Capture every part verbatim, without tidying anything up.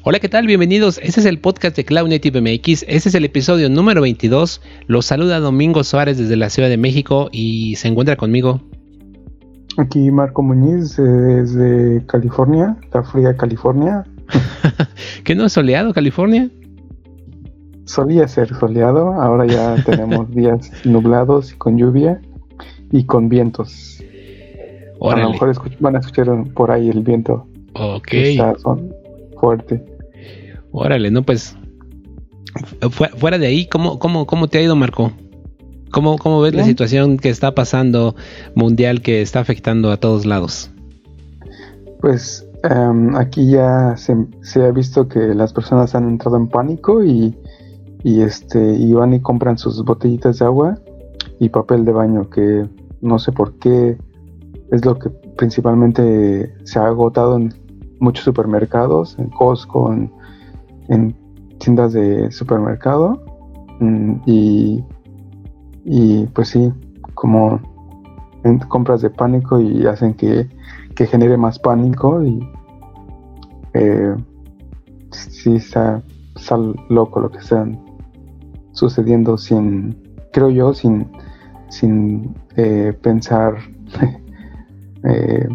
Hola, ¿qué tal? Bienvenidos. Este es el podcast de Cloud Native M X. Este es el episodio número veintidós. Los saluda Domingo Suárez desde la Ciudad de México y se encuentra conmigo. Aquí Marco Muñiz, eh, desde California, la fría California. ¿Qué no es soleado, California? Solía ser soleado, ahora ya tenemos días nublados y con lluvia y con vientos. Órale. A lo mejor escuch- van a escuchar por ahí el viento. Ok. Que está son fuerte. Órale, no, pues fu- fuera de ahí, ¿cómo, cómo, cómo te ha ido, Marco? ¿Cómo, cómo ves Bien. la situación que está pasando mundial, que está afectando a todos lados? Pues um, aquí ya se, se ha visto que las personas han entrado en pánico y, y este y van y compran sus botellitas de agua y papel de baño, que no sé por qué es lo que principalmente se ha agotado en muchos supermercados, en Costco, en, en tiendas de supermercado, mm, y, y pues sí, como en compras de pánico y hacen que, que genere más pánico y eh, sí está, está loco lo que está sucediendo sin, creo yo, sin, sin eh, pensar eh,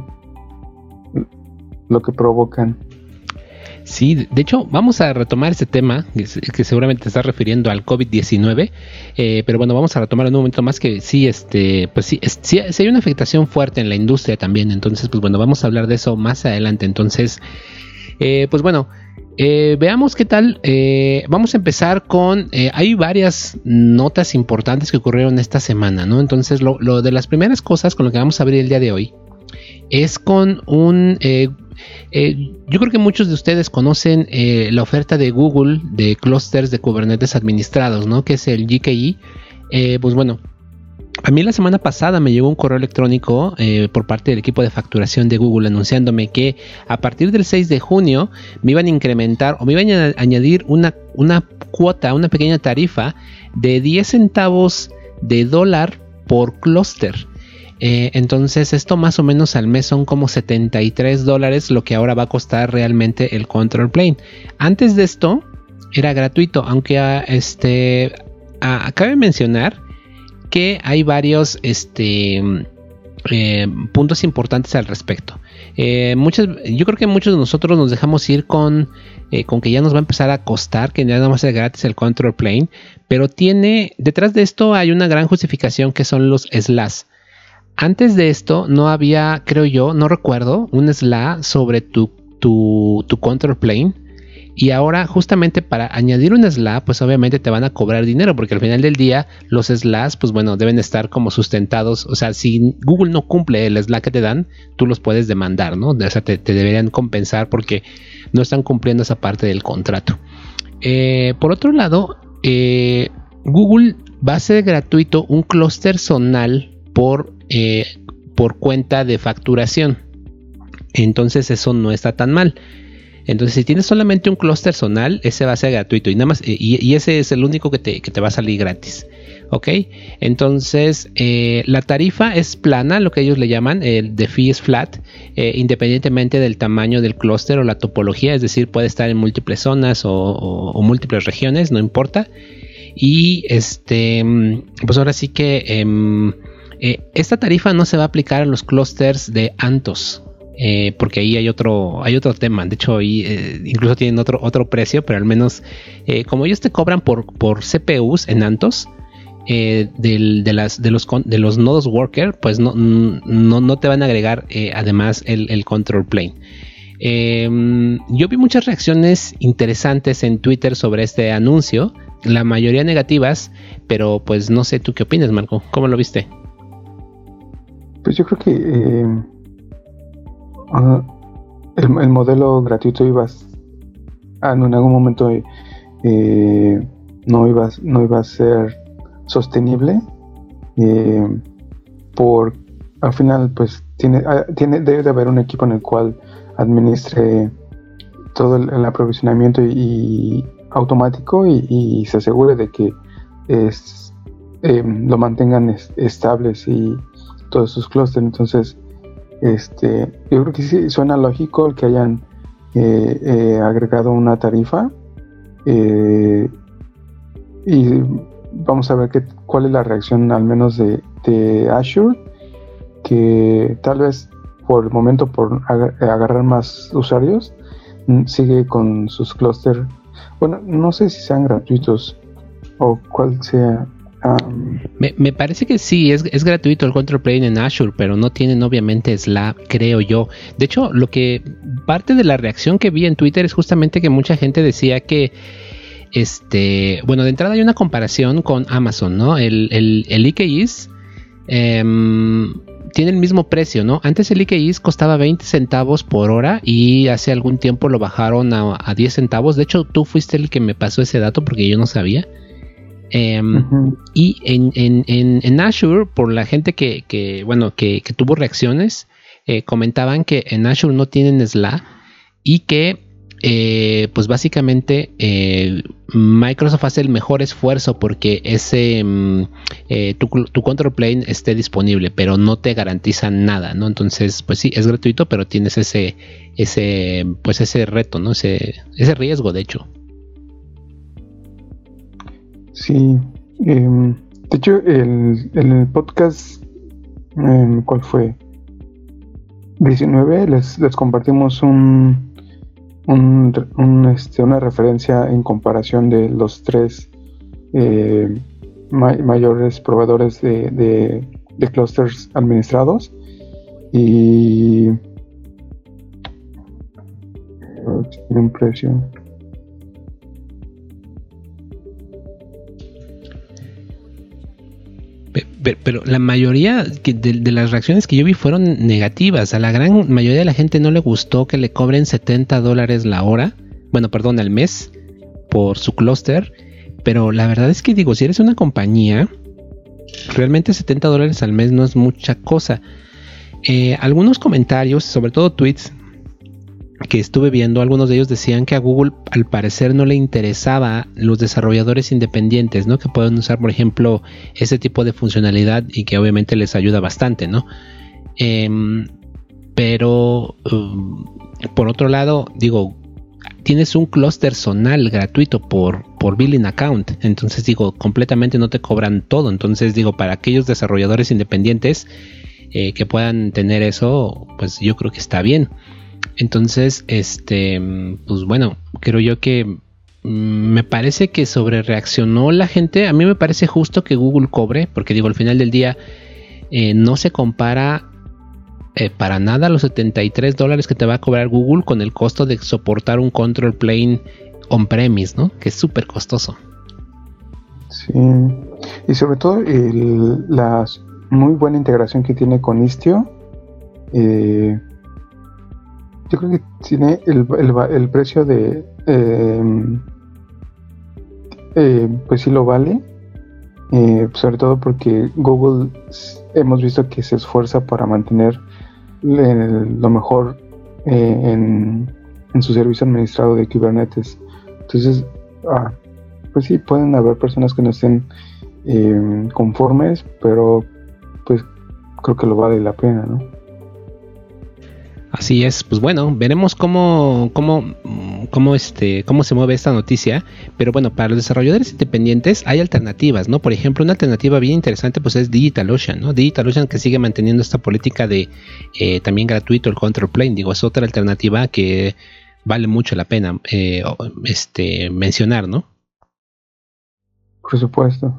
lo que provocan. Sí, de hecho, vamos a retomar este tema, que, que seguramente te estás refiriendo al covid diecinueve, eh, pero bueno, vamos a retomar en un momento más que sí, este, pues sí, es, sí, sí hay una afectación fuerte en la industria también, entonces, pues bueno, vamos a hablar de eso más adelante. Entonces, eh, pues bueno, eh, veamos qué tal. Eh, vamos a empezar con, eh, hay varias notas importantes que ocurrieron esta semana, ¿no? Entonces, lo, lo de las primeras cosas con lo que vamos a abrir el día de hoy es con un... Eh, eh, yo creo que muchos de ustedes conocen eh, la oferta de Google de clústeres de Kubernetes administrados, ¿no? Que es el G K E. Eh, pues bueno, a mí la semana pasada me llegó un correo electrónico eh, por parte del equipo de facturación de Google anunciándome que a partir del seis de junio me iban a incrementar o me iban a añadir una, una cuota, una pequeña tarifa de diez centavos de dólar por clúster. Eh, entonces esto más o menos al mes son como setenta y tres dólares, lo que ahora va a costar realmente el control plane. Antes de esto era gratuito, aunque a, este, a, cabe mencionar que hay varios este, eh, puntos importantes al respecto. Eh, muchas, yo creo que muchos de nosotros nos dejamos ir con, eh, con que ya nos va a empezar a costar, que ya no va a ser gratis el control plane, pero tiene, detrás de esto hay una gran justificación que son los S L As. Antes de esto no había, creo yo, no recuerdo, un S L A sobre tu, tu, tu control plane. Y ahora justamente para añadir un S L A, pues obviamente te van a cobrar dinero, porque al final del día los S L As, pues bueno, deben estar como sustentados. O sea, si Google no cumple el S L A que te dan, tú los puedes demandar, ¿no? O sea, te, te deberían compensar porque no están cumpliendo esa parte del contrato. Eh, por otro lado, eh, Google va a ser gratuito un clúster zonal por, eh, por cuenta de facturación. Entonces eso no está tan mal. Entonces si tienes solamente un clúster zonal, ese va a ser gratuito y nada más, y, y ese es el único que te, que te va a salir gratis. Ok, entonces eh, la tarifa es plana, lo que ellos le llaman, el the fee es flat, eh, independientemente del tamaño del clúster o la topología, es decir, puede estar en múltiples zonas o, o, o múltiples regiones, no importa. Y este, pues ahora sí que eh, eh, esta tarifa no se va a aplicar a los clústeres de Anthos. Eh, porque ahí hay otro hay otro tema. De hecho ahí eh, incluso tienen otro otro precio, pero al menos eh, como ellos te cobran por, por C P Us en Anthos, eh, del, de, las, de, los, de los nodos worker, pues no, no, no te van a agregar eh, además el, el control plane. Eh, yo vi muchas reacciones interesantes en Twitter sobre este anuncio, la mayoría negativas, pero pues no sé tú qué opinas, Marco. ¿Cómo lo viste? Pues yo creo que eh, uh, el, el modelo gratuito iba a, en algún momento eh, no iba no iba a ser sostenible, eh, por al final pues tiene tiene debe de haber un equipo en el cual administre todo el, el aprovisionamiento y, y automático y, y se asegure de que es, eh, lo mantengan es, estables y todos sus clústeres. Entonces este yo creo que sí suena lógico el que hayan eh, eh, agregado una tarifa eh, y vamos a ver qué, cuál es la reacción al menos de, de Azure, que tal vez por el momento por ag- agarrar más usuarios mm, sigue con sus clústeres. Bueno, no sé si sean gratuitos o cuál sea. Um, Me, me parece que sí, es, es gratuito el control plane en Azure, pero no tienen obviamente Slab, creo yo. De hecho, lo que parte de la reacción que vi en Twitter es justamente que mucha gente decía que este, bueno, de entrada hay una comparación con Amazon, ¿no? El, el, el I K E A S eh, tiene el mismo precio, ¿no? Antes el I K E A S costaba veinte centavos por hora y hace algún tiempo lo bajaron a, a diez centavos. De hecho, tú fuiste el que me pasó ese dato porque yo no sabía. Eh, uh-huh. Y en, en, en, en Azure, por la gente que, que bueno, que, que tuvo reacciones, eh, comentaban que en Azure no tienen Slab y que eh, pues básicamente eh, Microsoft hace el mejor esfuerzo porque ese eh, tu, tu control plane esté disponible, pero no te garantiza nada, ¿no? Entonces, pues sí, es gratuito, pero tienes ese, ese, pues ese reto, ¿no? Ese, ese riesgo, de hecho. Sí, eh, de hecho, el, el podcast, eh, ¿cuál fue? diecinueve, les, les compartimos un, un, un, este, una referencia en comparación de los tres eh, ma- mayores proveedores de, de, de clusters administrados y tiene un precio. Pero, pero la mayoría de, de las reacciones que yo vi fueron negativas. A la gran mayoría de la gente no le gustó que le cobren setenta dólares la hora, bueno, perdón, al mes por su clúster. Pero la verdad es que digo, si eres una compañía, realmente setenta dólares al mes no es mucha cosa. Eh, algunos comentarios, sobre todo tweets que estuve viendo, algunos de ellos decían que a Google al parecer no le interesaba los desarrolladores independientes, ¿no? Que pueden usar, por ejemplo, ese tipo de funcionalidad y que obviamente les ayuda bastante, ¿no? Eh, pero um, por otro lado, digo, tienes un clúster zonal gratuito por, por billing account, entonces digo, completamente no te cobran todo, entonces digo, para aquellos desarrolladores independientes eh, que puedan tener eso, pues yo creo que está bien. Entonces, este, pues bueno, creo yo que me parece que sobre reaccionó la gente. A mí me parece justo que Google cobre, porque digo, al final del día eh, no se compara eh, para nada los setenta y tres dólares que te va a cobrar Google con el costo de soportar un control plane on-premise, ¿no? Que es súper costoso. Sí, y sobre todo el, la muy buena integración que tiene con Istio. Eh, yo creo que tiene el, el, el precio de eh, eh, pues sí lo vale, eh, sobre todo porque Google hemos visto que se esfuerza para mantener el, lo mejor eh, en, en su servicio administrado de Kubernetes. Entonces ah, pues sí, pueden haber personas que no estén eh, conformes, pero pues creo que lo vale la pena, ¿no? Así es, pues bueno, veremos cómo, cómo, cómo, este, cómo se mueve esta noticia, pero bueno, para los desarrolladores independientes hay alternativas, ¿no? Por ejemplo, una alternativa bien interesante pues es DigitalOcean, ¿no? DigitalOcean que sigue manteniendo esta política de eh, también gratuito el control plane, digo, es otra alternativa que vale mucho la pena eh, este, mencionar, ¿no? Por supuesto.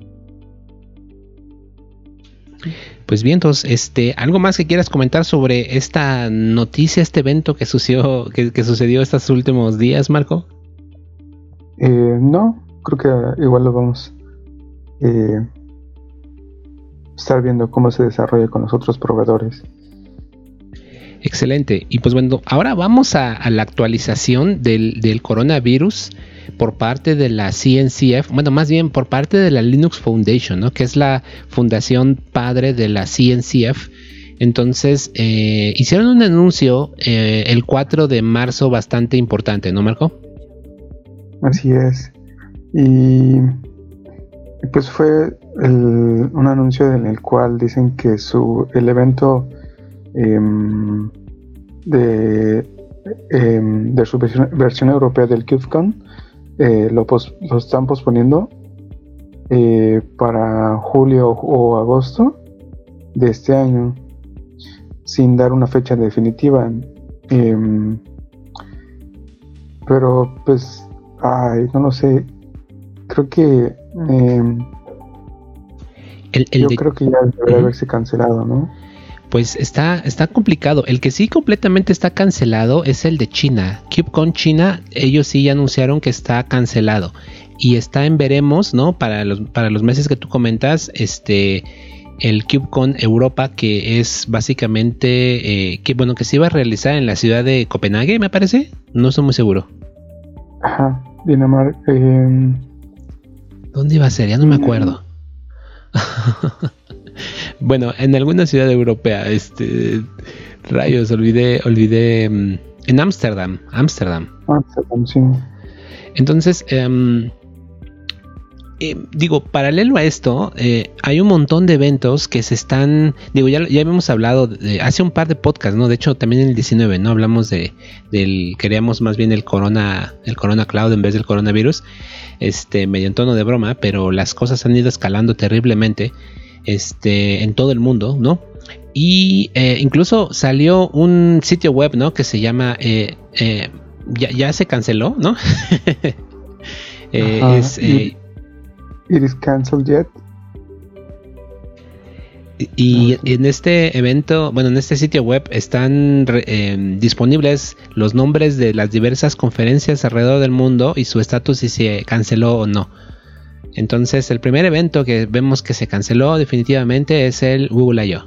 Pues bien, entonces, este, ¿algo más que quieras comentar sobre esta noticia, este evento que sucedió, que, que sucedió estos últimos días, Marco? Eh, no, creo que igual lo vamos a eh, estar viendo cómo se desarrolla con los otros proveedores. Excelente. Y pues bueno, ahora vamos a, a la actualización del, del coronavirus por parte de la C N C F, bueno, más bien por parte de la Linux Foundation, ¿no? Que es la fundación padre de la C N C F. Entonces, eh, hicieron un anuncio eh, el cuatro de marzo bastante importante, ¿no, Marco? Así es. Y pues fue el, un anuncio en el cual dicen que su el evento eh, de eh, de su versión, versión europea del KubeCon, eh, lo, pos, lo están posponiendo eh, para julio o agosto de este año, sin dar una fecha definitiva. Eh, pero pues, ay, no lo sé. Creo que eh, el, el yo de... creo que ya debería uh-huh. haberse cancelado, ¿no? Pues está, está complicado. El que sí completamente está cancelado es el de China. KubeCon China, ellos sí ya anunciaron que está cancelado. Y está en veremos, ¿no? Para los, para los meses que tú comentas, este, el KubeCon Europa, que es básicamente, eh, que bueno, que se iba a realizar en la ciudad de Copenhague, me parece. No estoy muy seguro. Ajá, Dinamarca. Eh... ¿Dónde iba a ser? Ya no me acuerdo. Bueno, en alguna ciudad europea, este, rayos, olvidé, olvidé, um, en Ámsterdam, Ámsterdam. Ámsterdam, sí. Entonces, um, eh, digo, paralelo a esto, eh, hay un montón de eventos que se están, digo, ya, ya habíamos hablado de, hace un par de podcasts, ¿no? De hecho, también en el diecinueve, ¿no? Hablamos de, del, queríamos más bien el corona, el corona cloud en vez del coronavirus, este, medio en tono de broma, pero las cosas han ido escalando terriblemente. Este, en todo el mundo, ¿no? Y eh, incluso salió un sitio web, ¿no? Que se llama eh, eh, ya, ya se canceló, ¿no? eh, es, eh, It is canceled yet. Y en este evento, bueno, en este sitio web están eh, disponibles los nombres de las diversas conferencias alrededor del mundo y su estatus si se canceló o no. Entonces, el primer evento que vemos que se canceló definitivamente es el Google I O.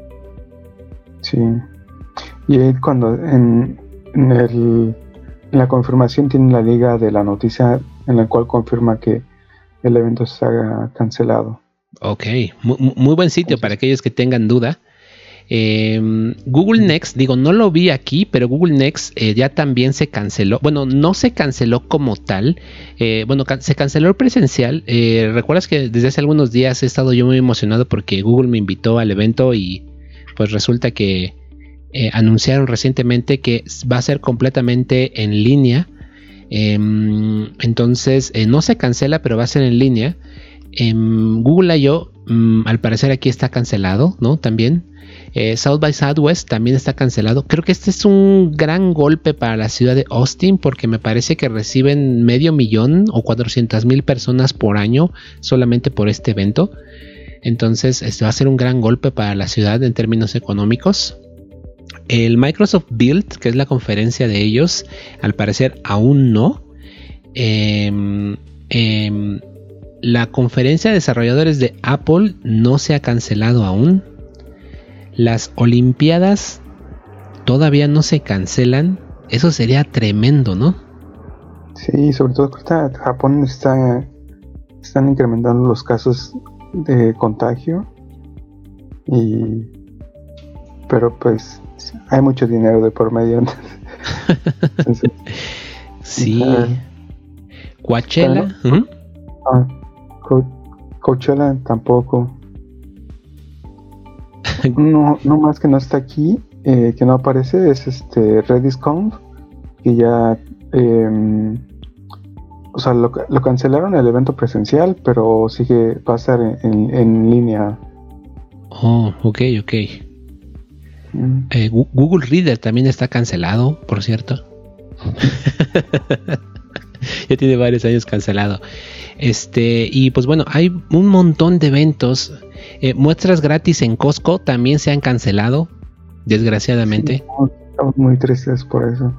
Sí. Y ahí cuando en, en, el, en la confirmación tiene la liga de la noticia en la cual confirma que el evento se ha cancelado. Ok, muy, muy buen sitio para aquellos que tengan duda. Eh, Google Next, digo, no lo vi aquí, pero Google Next eh, ya también se canceló. Bueno, no se canceló como tal. Eh, bueno, can- se canceló el presencial. Eh, ¿Recuerdas que desde hace algunos días he estado yo muy emocionado porque Google me invitó al evento y pues resulta que eh, anunciaron recientemente que va a ser completamente en línea? Eh, entonces, eh, no se cancela, pero va a ser en línea. Eh, Google I O, um, al parecer aquí está cancelado, ¿no? También. Eh, South by Southwest también está cancelado. Creo que este es un gran golpe para la ciudad de Austin porque me parece que reciben medio millón o cuatrocientas mil personas por año solamente por este evento. Entonces este va a ser un gran golpe para la ciudad en términos económicos. El Microsoft Build, que es la conferencia de ellos, al parecer aún no. Eh, eh, la conferencia de desarrolladores de Apple no se ha cancelado aún. Las Olimpiadas todavía no se cancelan. Eso sería tremendo, ¿no? Sí, sobre todo que ahorita Japón está están incrementando los casos de contagio y pero pues hay mucho dinero de por medio. Entonces, sí. Uh, Coachella. Pero, Uh-huh. ah, Co- Coachella tampoco. No, no más que no está aquí, eh, que no aparece, es este RedisConf, que ya, eh, o sea, lo, lo cancelaron el evento presencial, pero sigue, va a estar en, en, en línea. Oh, ok, ok. Mm. Eh, Google Reader también está cancelado, por cierto. Ya tiene varios años cancelado. Este, y pues bueno, hay un montón de eventos. Eh, muestras gratis en Costco también se han cancelado, desgraciadamente. Sí, no, estamos muy tristes por eso.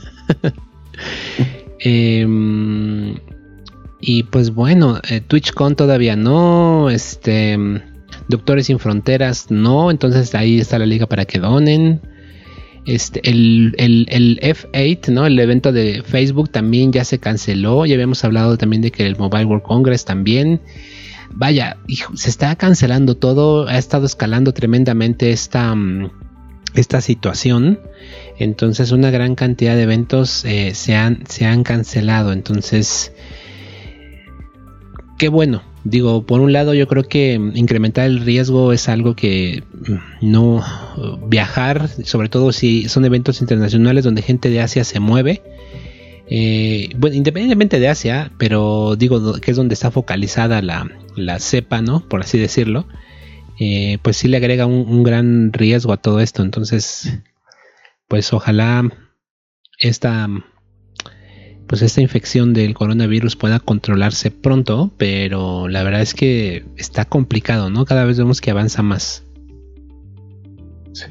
eh, y pues bueno, eh, TwitchCon todavía no. Este, Doctores Sin Fronteras no. Entonces ahí está la liga para que donen. Este, el, el, el F ocho, ¿no? El evento de Facebook también ya se canceló. Ya habíamos hablado también de que el Mobile World Congress también. Vaya, hijo, se está cancelando todo. Ha estado escalando tremendamente esta, esta situación. Entonces una gran cantidad de eventos eh, se, han, se han cancelado. Entonces, qué bueno. digo, por un lado yo creo que incrementar el riesgo es algo que no viajar, sobre todo si son eventos internacionales donde gente de Asia se mueve. Eh, bueno, independientemente de Asia, pero digo que es donde está focalizada la, la cepa, ¿no? Por así decirlo, eh, pues sí le agrega un, un gran riesgo a todo esto. Entonces, pues ojalá esta, pues esta infección del coronavirus pueda controlarse pronto, pero la verdad es que está complicado, ¿no? Cada vez vemos que avanza más. Sí.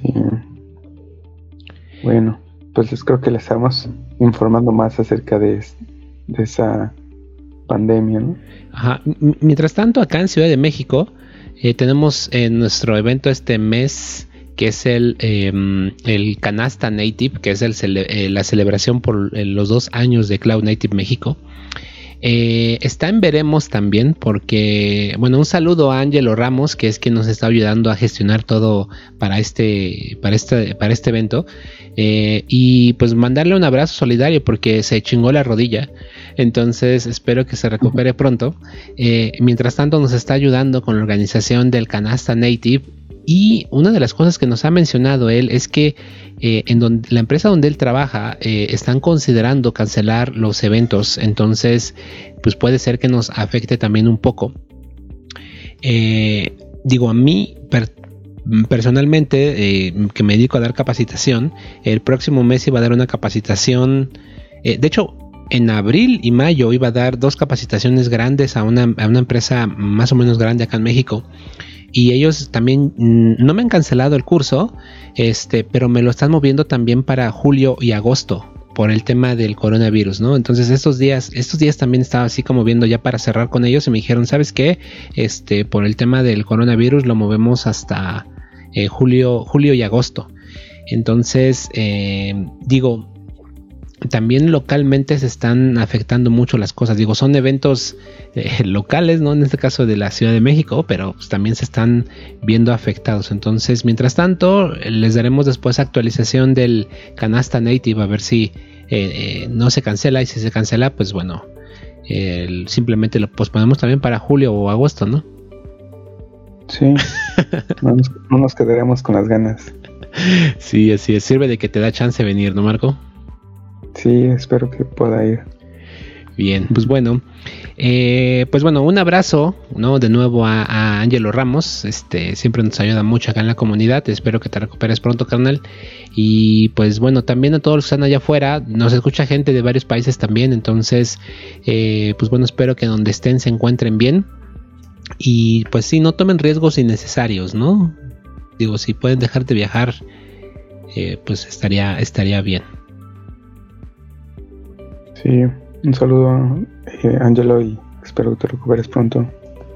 Bueno, pues les creo que les estamos informando más acerca de, de esa pandemia, ¿no? Ajá. M- mientras tanto, acá en Ciudad de México eh, tenemos en nuestro evento este mes, que es el, eh, el Canasta Native, que es el cele- eh, la celebración por eh, los dos años de Cloud Native México. Eh, está en veremos también porque, bueno, un saludo a Ángelo Ramos, que es quien nos está ayudando a gestionar todo para este, para este, para este evento. Eh, y pues mandarle un abrazo solidario porque se chingó la rodilla, entonces espero que se recupere pronto. Eh, mientras tanto nos está ayudando con la organización del Canasta Native, y una de las cosas que nos ha mencionado él es que eh, en donde, la empresa donde él trabaja eh, están considerando cancelar los eventos, entonces pues puede ser que nos afecte también un poco. Eh, digo, a mí per- personalmente, eh, que me dedico a dar capacitación, el próximo mes iba a dar una capacitación, eh, de hecho en abril y mayo iba a dar dos capacitaciones grandes a una, a una empresa más o menos grande acá en México, y ellos también mm, no me han cancelado el curso, este, pero me lo están moviendo también para julio y agosto por el tema del coronavirus, ¿no? Entonces estos días, estos días también estaba así como viendo ya para cerrar con ellos, y me dijeron, ¿sabes qué? Este, por el tema del coronavirus lo movemos hasta eh, julio, julio y agosto. Entonces, eh, digo, también localmente se están afectando mucho las cosas. Digo, son eventos eh, locales, ¿no? En este caso de la Ciudad de México, pero pues también se están viendo afectados. Entonces, mientras tanto, les daremos después actualización del Canasta Native a ver si eh, eh, no se cancela, y si se cancela, pues bueno, eh, simplemente lo posponemos también para julio o agosto, ¿no? Sí, no nos, no nos quedaremos con las ganas. Sí, así es. Sirve de que te da chance de venir, ¿no, Marco? Sí, espero que pueda ir. Bien, pues bueno, eh, pues bueno, un abrazo, ¿no? De nuevo a, a Ángelo Ramos, este, siempre nos ayuda mucho acá en la comunidad. Espero que te recuperes pronto, carnal. Y pues bueno, también a todos los que están allá afuera, nos escucha gente de varios países también, entonces, eh, pues bueno, espero que donde estén se encuentren bien. Y pues sí, no tomen riesgos innecesarios, ¿no? Digo, si pueden dejar de viajar, eh, pues estaría, estaría bien. Sí, un saludo, eh, Angelo, y espero que te recuperes pronto.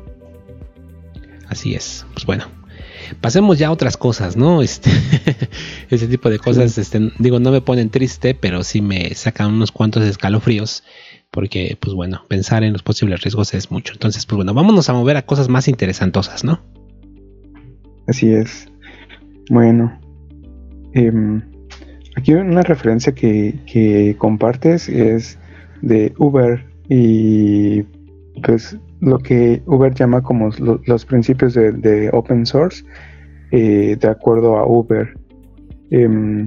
Así es, pues bueno, pasemos ya a otras cosas, ¿no? Este, ese tipo de cosas, sí. este, digo, no me ponen triste, pero sí me sacan unos cuantos escalofríos, porque, pues bueno, pensar en los posibles riesgos es mucho. Entonces, pues bueno, vámonos a mover a cosas más interesantosas, ¿no? Así es. Bueno, eh, aquí una referencia que, que compartes es de Uber, y pues lo que Uber llama como lo, los principios de, de open source, eh, de acuerdo a Uber. Eh,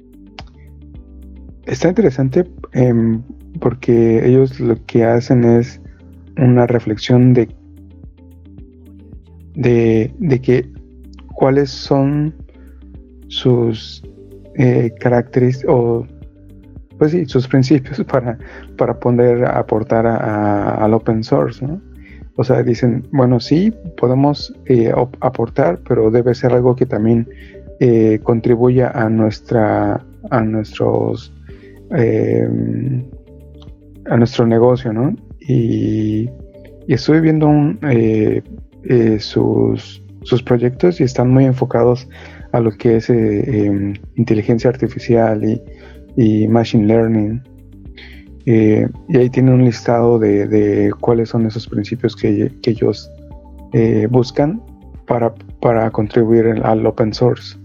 está interesante eh, porque ellos lo que hacen es una reflexión de, de, de que cuáles son sus eh, características, o pues sí, sus principios para, para poder aportar a, a, al open source, ¿no? O sea, dicen, bueno, sí, podemos eh, op- aportar, pero debe ser algo que también eh, contribuya a nuestra, a nuestros, eh, a nuestro negocio, ¿no? Y, y estuve viendo un, eh, eh, sus, sus proyectos, y están muy enfocados a lo que es eh, eh, inteligencia artificial y, y machine learning. Eh, y ahí tienen un listado de, de cuáles son esos principios que, que ellos eh, buscan para, para contribuir al open source.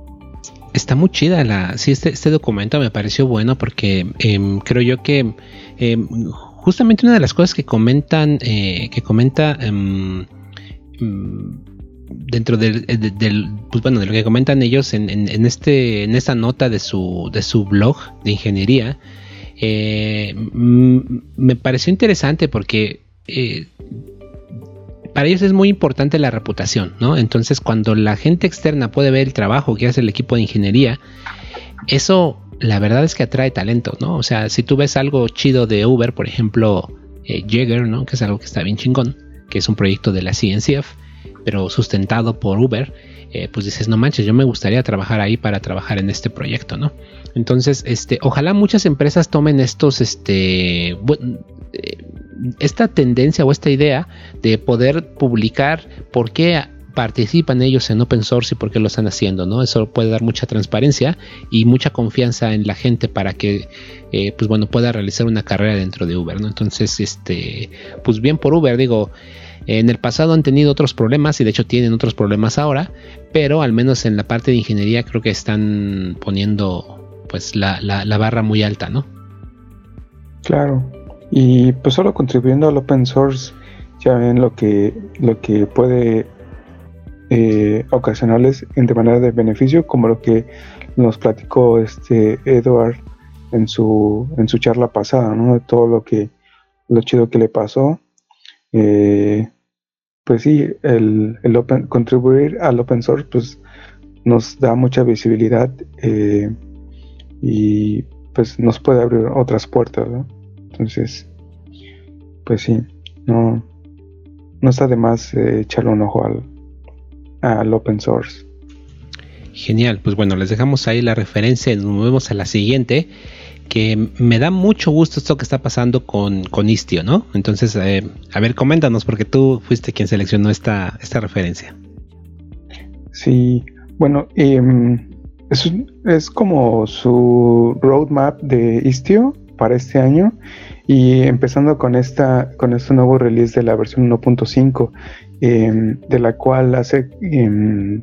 Está muy chida la, sí, este, este documento me pareció bueno porque eh, creo yo que Eh, justamente una de las cosas que comentan, eh, que comenta um, um, dentro del, del, del, pues bueno, de lo que comentan ellos en, en, en este, en esta nota de su, de su blog de ingeniería, eh, m- me pareció interesante porque eh, para ellos es muy importante la reputación, ¿no? Entonces, cuando la gente externa puede ver el trabajo que hace el equipo de ingeniería, eso, la verdad es que atrae talento, ¿no? O sea, si tú ves algo chido de Uber, por ejemplo, eh, Jaeger, ¿no? Que es algo que está bien chingón, que es un proyecto de la C N C F, pero sustentado por Uber, eh, pues dices, no manches, yo me gustaría trabajar ahí para trabajar en este proyecto, ¿no? Entonces, este, ojalá muchas empresas tomen estos, este, bueno, eh, esta tendencia o esta idea de poder publicar por qué participan ellos en open source y por qué lo están haciendo, ¿no? Eso puede dar mucha transparencia y mucha confianza en la gente para que, eh, pues bueno, pueda realizar una carrera dentro de Uber, ¿no? Entonces, este, pues bien por Uber, digo, en el pasado han tenido otros problemas y de hecho tienen otros problemas ahora, pero al menos en la parte de ingeniería creo que están poniendo, pues, la, la, la barra muy alta, ¿no? Claro. Y pues solo contribuyendo al open source ya ven lo que lo que puede eh, ocasionarles en de manera de beneficio, como lo que nos platicó este Edward en su en su charla pasada, ¿no? De todo lo que lo chido que le pasó. Eh, pues sí, el, el open, contribuir al open source pues nos da mucha visibilidad eh, y pues nos puede abrir otras puertas, ¿no? Entonces, pues sí, no, no está de más eh, echarle un ojo al, al open source. Genial, pues bueno, les dejamos ahí la referencia y nos movemos a la siguiente, que me da mucho gusto esto que está pasando con, con Istio, ¿no? Entonces, eh, a ver, coméntanos, porque tú fuiste quien seleccionó esta, esta referencia. Sí, bueno, eh, es, es como su roadmap de Istio para este año, y empezando con esta con este nuevo release de la versión uno punto cinco, eh, de la cual hace eh,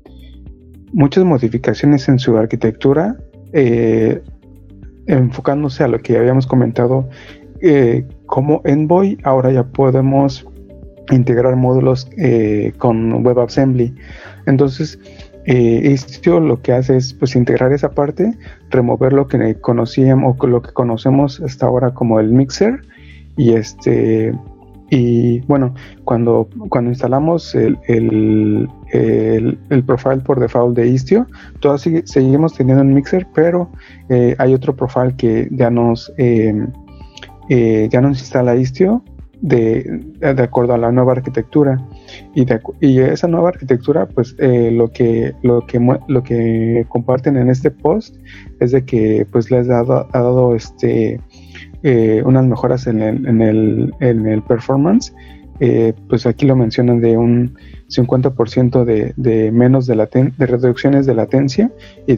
muchas modificaciones en su arquitectura, eh, enfocándose a lo que habíamos comentado, eh, como Envoy ahora ya podemos integrar módulos eh, con WebAssembly. Entonces eh, Istio lo que hace es pues integrar esa parte, remover lo que conocíamos o lo que conocemos hasta ahora como el mixer, y este y bueno, cuando, cuando instalamos el, el, el, el profile por default de Istio, todavía sigue, seguimos teniendo un mixer, pero eh, hay otro profile que ya nos eh, eh, ya nos instala Istio de, de acuerdo a la nueva arquitectura, y, de, y esa nueva arquitectura pues eh, lo que lo que lo que comparten en este post es de que pues les ha dado, ha dado este eh, unas mejoras en el, en el, en el performance. Eh, pues aquí lo mencionan de un cincuenta por ciento de, de menos de, laten, de reducciones de latencia y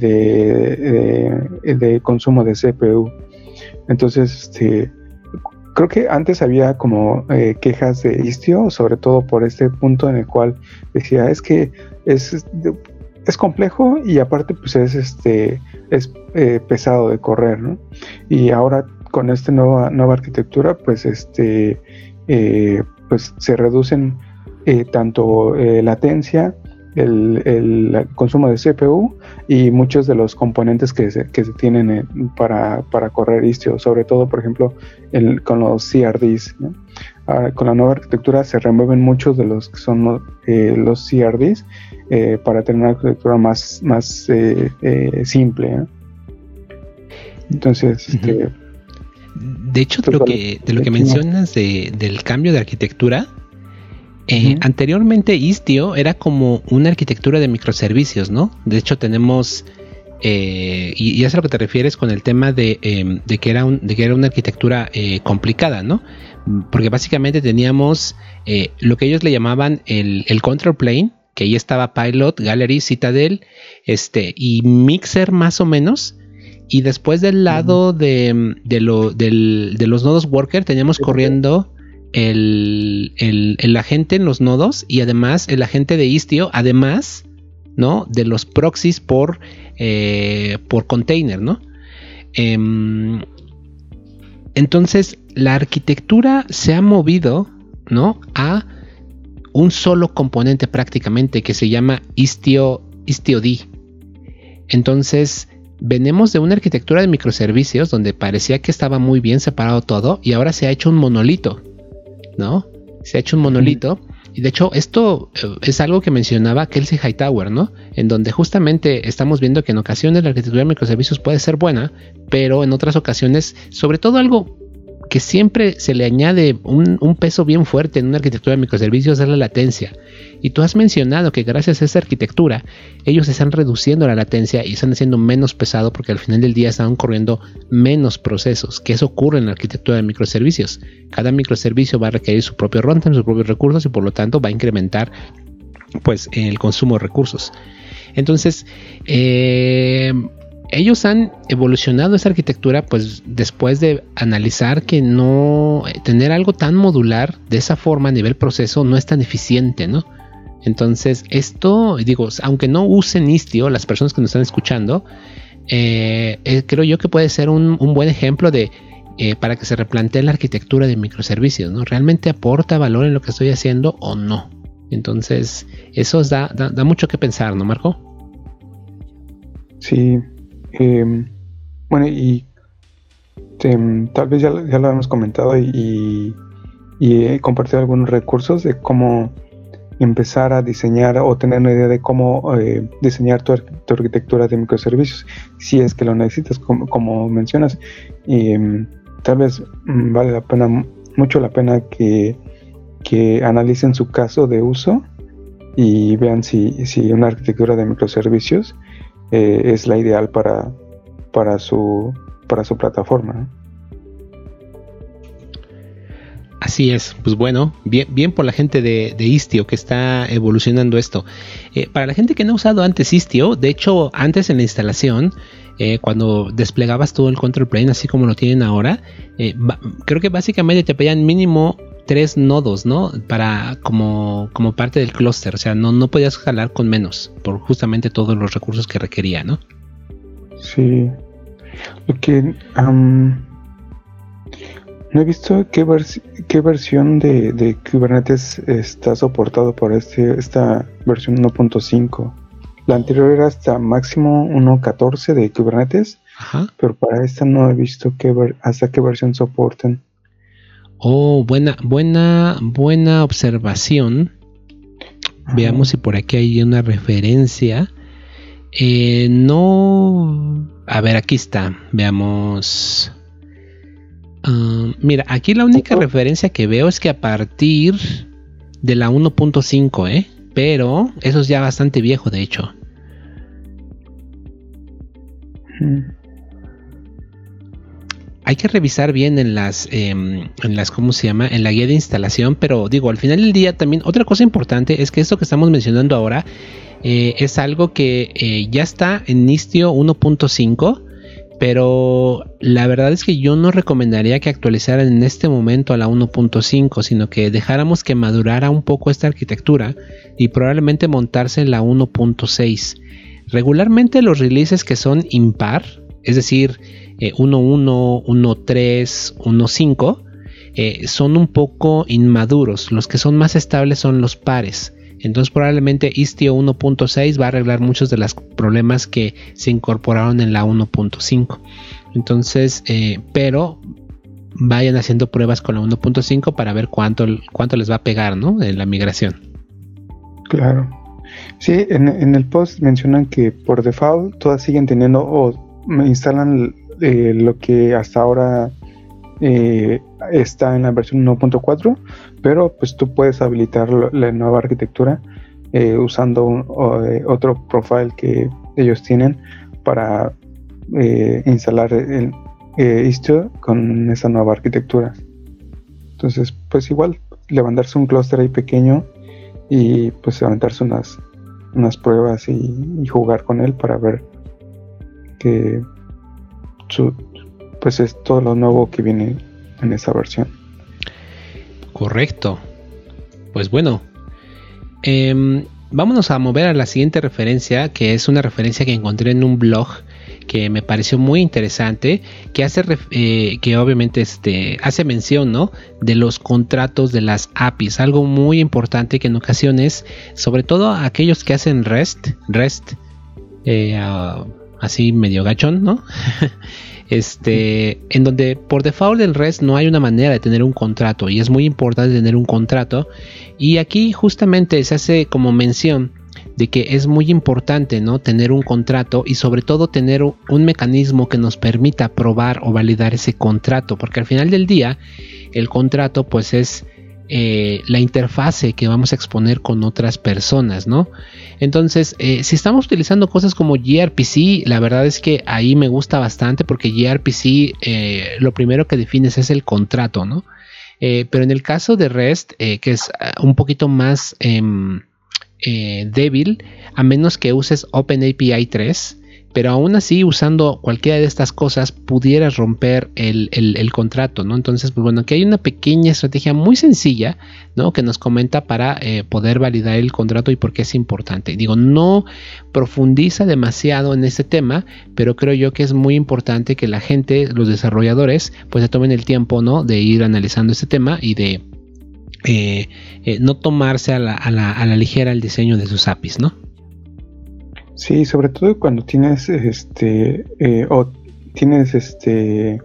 de, de, de consumo de C P U. Entonces este creo que antes había como eh, quejas de Istio, sobre todo por este punto en el cual decía, es que es, es complejo y aparte pues es este es eh, pesado de correr, ¿no? Y ahora con esta nueva, nueva arquitectura pues este eh, pues se reducen eh, tanto eh, latencia, el, el consumo de C P U y muchos de los componentes que se, que se tienen eh, para, para correr Istio, sobre todo por ejemplo el, con los C R Ds, ¿no? Ahora, con la nueva arquitectura se remueven muchos de los que son eh, los C R Ds eh, para tener una arquitectura más, más eh, eh, simple, ¿no? Entonces, uh-huh. este, de hecho de lo que, de lo que mencionas de, del cambio de arquitectura, Eh, uh-huh. Anteriormente Istio era como una arquitectura de microservicios, ¿no? De hecho tenemos eh, y, y es a lo que te refieres con el tema de, eh, de que era un, de que era una arquitectura eh, complicada, ¿no? Porque básicamente teníamos eh, lo que ellos le llamaban el, el control plane, que ahí estaba Pilot, Gallery, Citadel, este y Mixer más o menos. Y después del lado uh-huh. de, de, lo, del, de los nodos worker teníamos uh-huh. corriendo El, el, el agente en los nodos y además el agente de Istio, además, ¿no? De los proxies por, eh, por container, ¿no? Eh, entonces la arquitectura se ha movido, ¿no?, a un solo componente prácticamente que se llama Istio, Istio-D. Entonces venimos de una arquitectura de microservicios donde parecía que estaba muy bien separado todo y ahora se ha hecho un monolito, ¿no? Se ha hecho un monolito. Y de hecho esto es algo que mencionaba Kelsey Hightower, ¿no? En donde justamente estamos viendo que en ocasiones la arquitectura de microservicios puede ser buena, pero en otras ocasiones, sobre todo algo que siempre se le añade un, un peso bien fuerte en una arquitectura de microservicios es la latencia. Y tú has mencionado que gracias a esa arquitectura ellos están reduciendo la latencia y están haciendo menos pesado porque al final del día están corriendo menos procesos, que eso ocurre en la arquitectura de microservicios. Cada microservicio va a requerir su propio runtime, sus propios recursos y por lo tanto va a incrementar pues el consumo de recursos. Entonces, eh, ellos han evolucionado esa arquitectura pues después de analizar que no tener algo tan modular de esa forma a nivel proceso no es tan eficiente, ¿no? Entonces esto, digo, aunque no usen Istio, las personas que nos están escuchando, eh, eh, creo yo que puede ser un, un buen ejemplo de eh, para que se replantee la arquitectura de microservicios, ¿no? ¿Realmente aporta valor en lo que estoy haciendo o no? Entonces eso da, da, da mucho que pensar, ¿no, Marco? Sí. Eh, bueno, y te, tal vez ya, ya lo hemos comentado y, y he compartido algunos recursos de cómo empezar a diseñar o tener una idea de cómo eh, diseñar tu, tu arquitectura de microservicios, si es que lo necesitas, como, como mencionas. Y um, tal vez um, vale la pena, mucho la pena que, que analicen su caso de uso y vean si, si una arquitectura de microservicios Eh, es la ideal para, para, su, para su plataforma. Así es, pues bueno, bien, bien por la gente de, de Istio que está evolucionando esto. Eh, para la gente que no ha usado antes Istio, de hecho antes en la instalación, eh, cuando desplegabas todo el control plane así como lo tienen ahora, eh, ba- creo que básicamente te pedían mínimo tres nodos, ¿no? Para como, como parte del clúster, o sea, no, no podías jalar con menos por justamente todos los recursos que requería, ¿no? Sí. Lo que um, no he visto qué, vers- qué versión de, de Kubernetes está soportado por este esta versión uno punto cinco. La anterior era hasta máximo uno punto catorce de Kubernetes. Ajá. Pero para esta no he visto qué ver- hasta qué versión soportan. Oh, buena, buena, buena observación. Ajá. Veamos si por aquí hay una referencia. Eh, no. A ver, aquí está. Veamos. Uh, mira, aquí la única ¿Ojo? referencia que veo es que a partir de la uno punto cinco, ¿eh? Pero eso es ya bastante viejo, de hecho. Hmm. Hay que revisar bien en las, eh, en las, ¿cómo se llama? En la guía de instalación, pero digo, al final del día también, otra cosa importante es que esto que estamos mencionando ahora eh, es algo que eh, ya está en Istio uno punto cinco, pero la verdad es que yo no recomendaría que actualizaran en este momento a la uno punto cinco, sino que dejáramos que madurara un poco esta arquitectura y probablemente montarse en la uno punto seis. Regularmente los releases que son impar, es decir, eh, uno punto uno, uno punto tres, uno punto cinco, eh, son un poco inmaduros. Los que son más estables son los pares. Entonces probablemente Istio uno punto seis va a arreglar muchos de los problemas que se incorporaron en la uno punto cinco. Entonces, eh, pero vayan haciendo pruebas con la uno punto cinco para ver cuánto, cuánto les va a pegar, ¿no?, en la migración. Claro. Sí, en, en el post mencionan que por default todas siguen teniendo o instalan eh, lo que hasta ahora eh, está en la versión uno punto cuatro, pero pues tú puedes habilitar lo, la nueva arquitectura eh, usando un, o, eh, otro profile que ellos tienen para eh, instalar el eh, Istio con esa nueva arquitectura. Entonces pues igual levantarse un clúster ahí pequeño y pues levantarse unas unas pruebas y, y jugar con él para ver que su, pues es todo lo nuevo que viene en esa versión. Correcto. Pues bueno, eh, vámonos a mover a la siguiente referencia, que es una referencia que encontré en un blog que me pareció muy interesante, que hace eh, que obviamente este hace mención, ¿no?, de los contratos de las A P Is, algo muy importante que en ocasiones, sobre todo aquellos que hacen REST, REST, eh, uh, así medio gachón, ¿no? Este, en donde por default del REST no hay una manera de tener un contrato, y es muy importante tener un contrato, y aquí justamente se hace como mención de que es muy importante, ¿no?, tener un contrato, y sobre todo tener un mecanismo que nos permita probar o validar ese contrato, porque al final del día el contrato pues es Eh, la interfase que vamos a exponer con otras personas, ¿no? Entonces, eh, si estamos utilizando cosas como gRPC, la verdad es que ahí me gusta bastante, porque gRPC eh, lo primero que defines es el contrato, ¿no? Eh, pero en el caso de REST, eh, que es un poquito más eh, eh, débil, a menos que uses OpenAPI tres, pero aún así, usando cualquiera de estas cosas, pudieras romper el, el, el contrato, ¿no? Entonces, pues bueno, aquí hay una pequeña estrategia muy sencilla, ¿no?, que nos comenta para eh, poder validar el contrato y por qué es importante. Digo, no profundiza demasiado en este tema, pero creo yo que es muy importante que la gente, los desarrolladores, pues se tomen el tiempo, ¿no?, de ir analizando este tema y de eh, eh, no tomarse a la, a, la, a la ligera el diseño de sus A P Is, ¿no? Sí, sobre todo cuando tienes este eh, o tienes este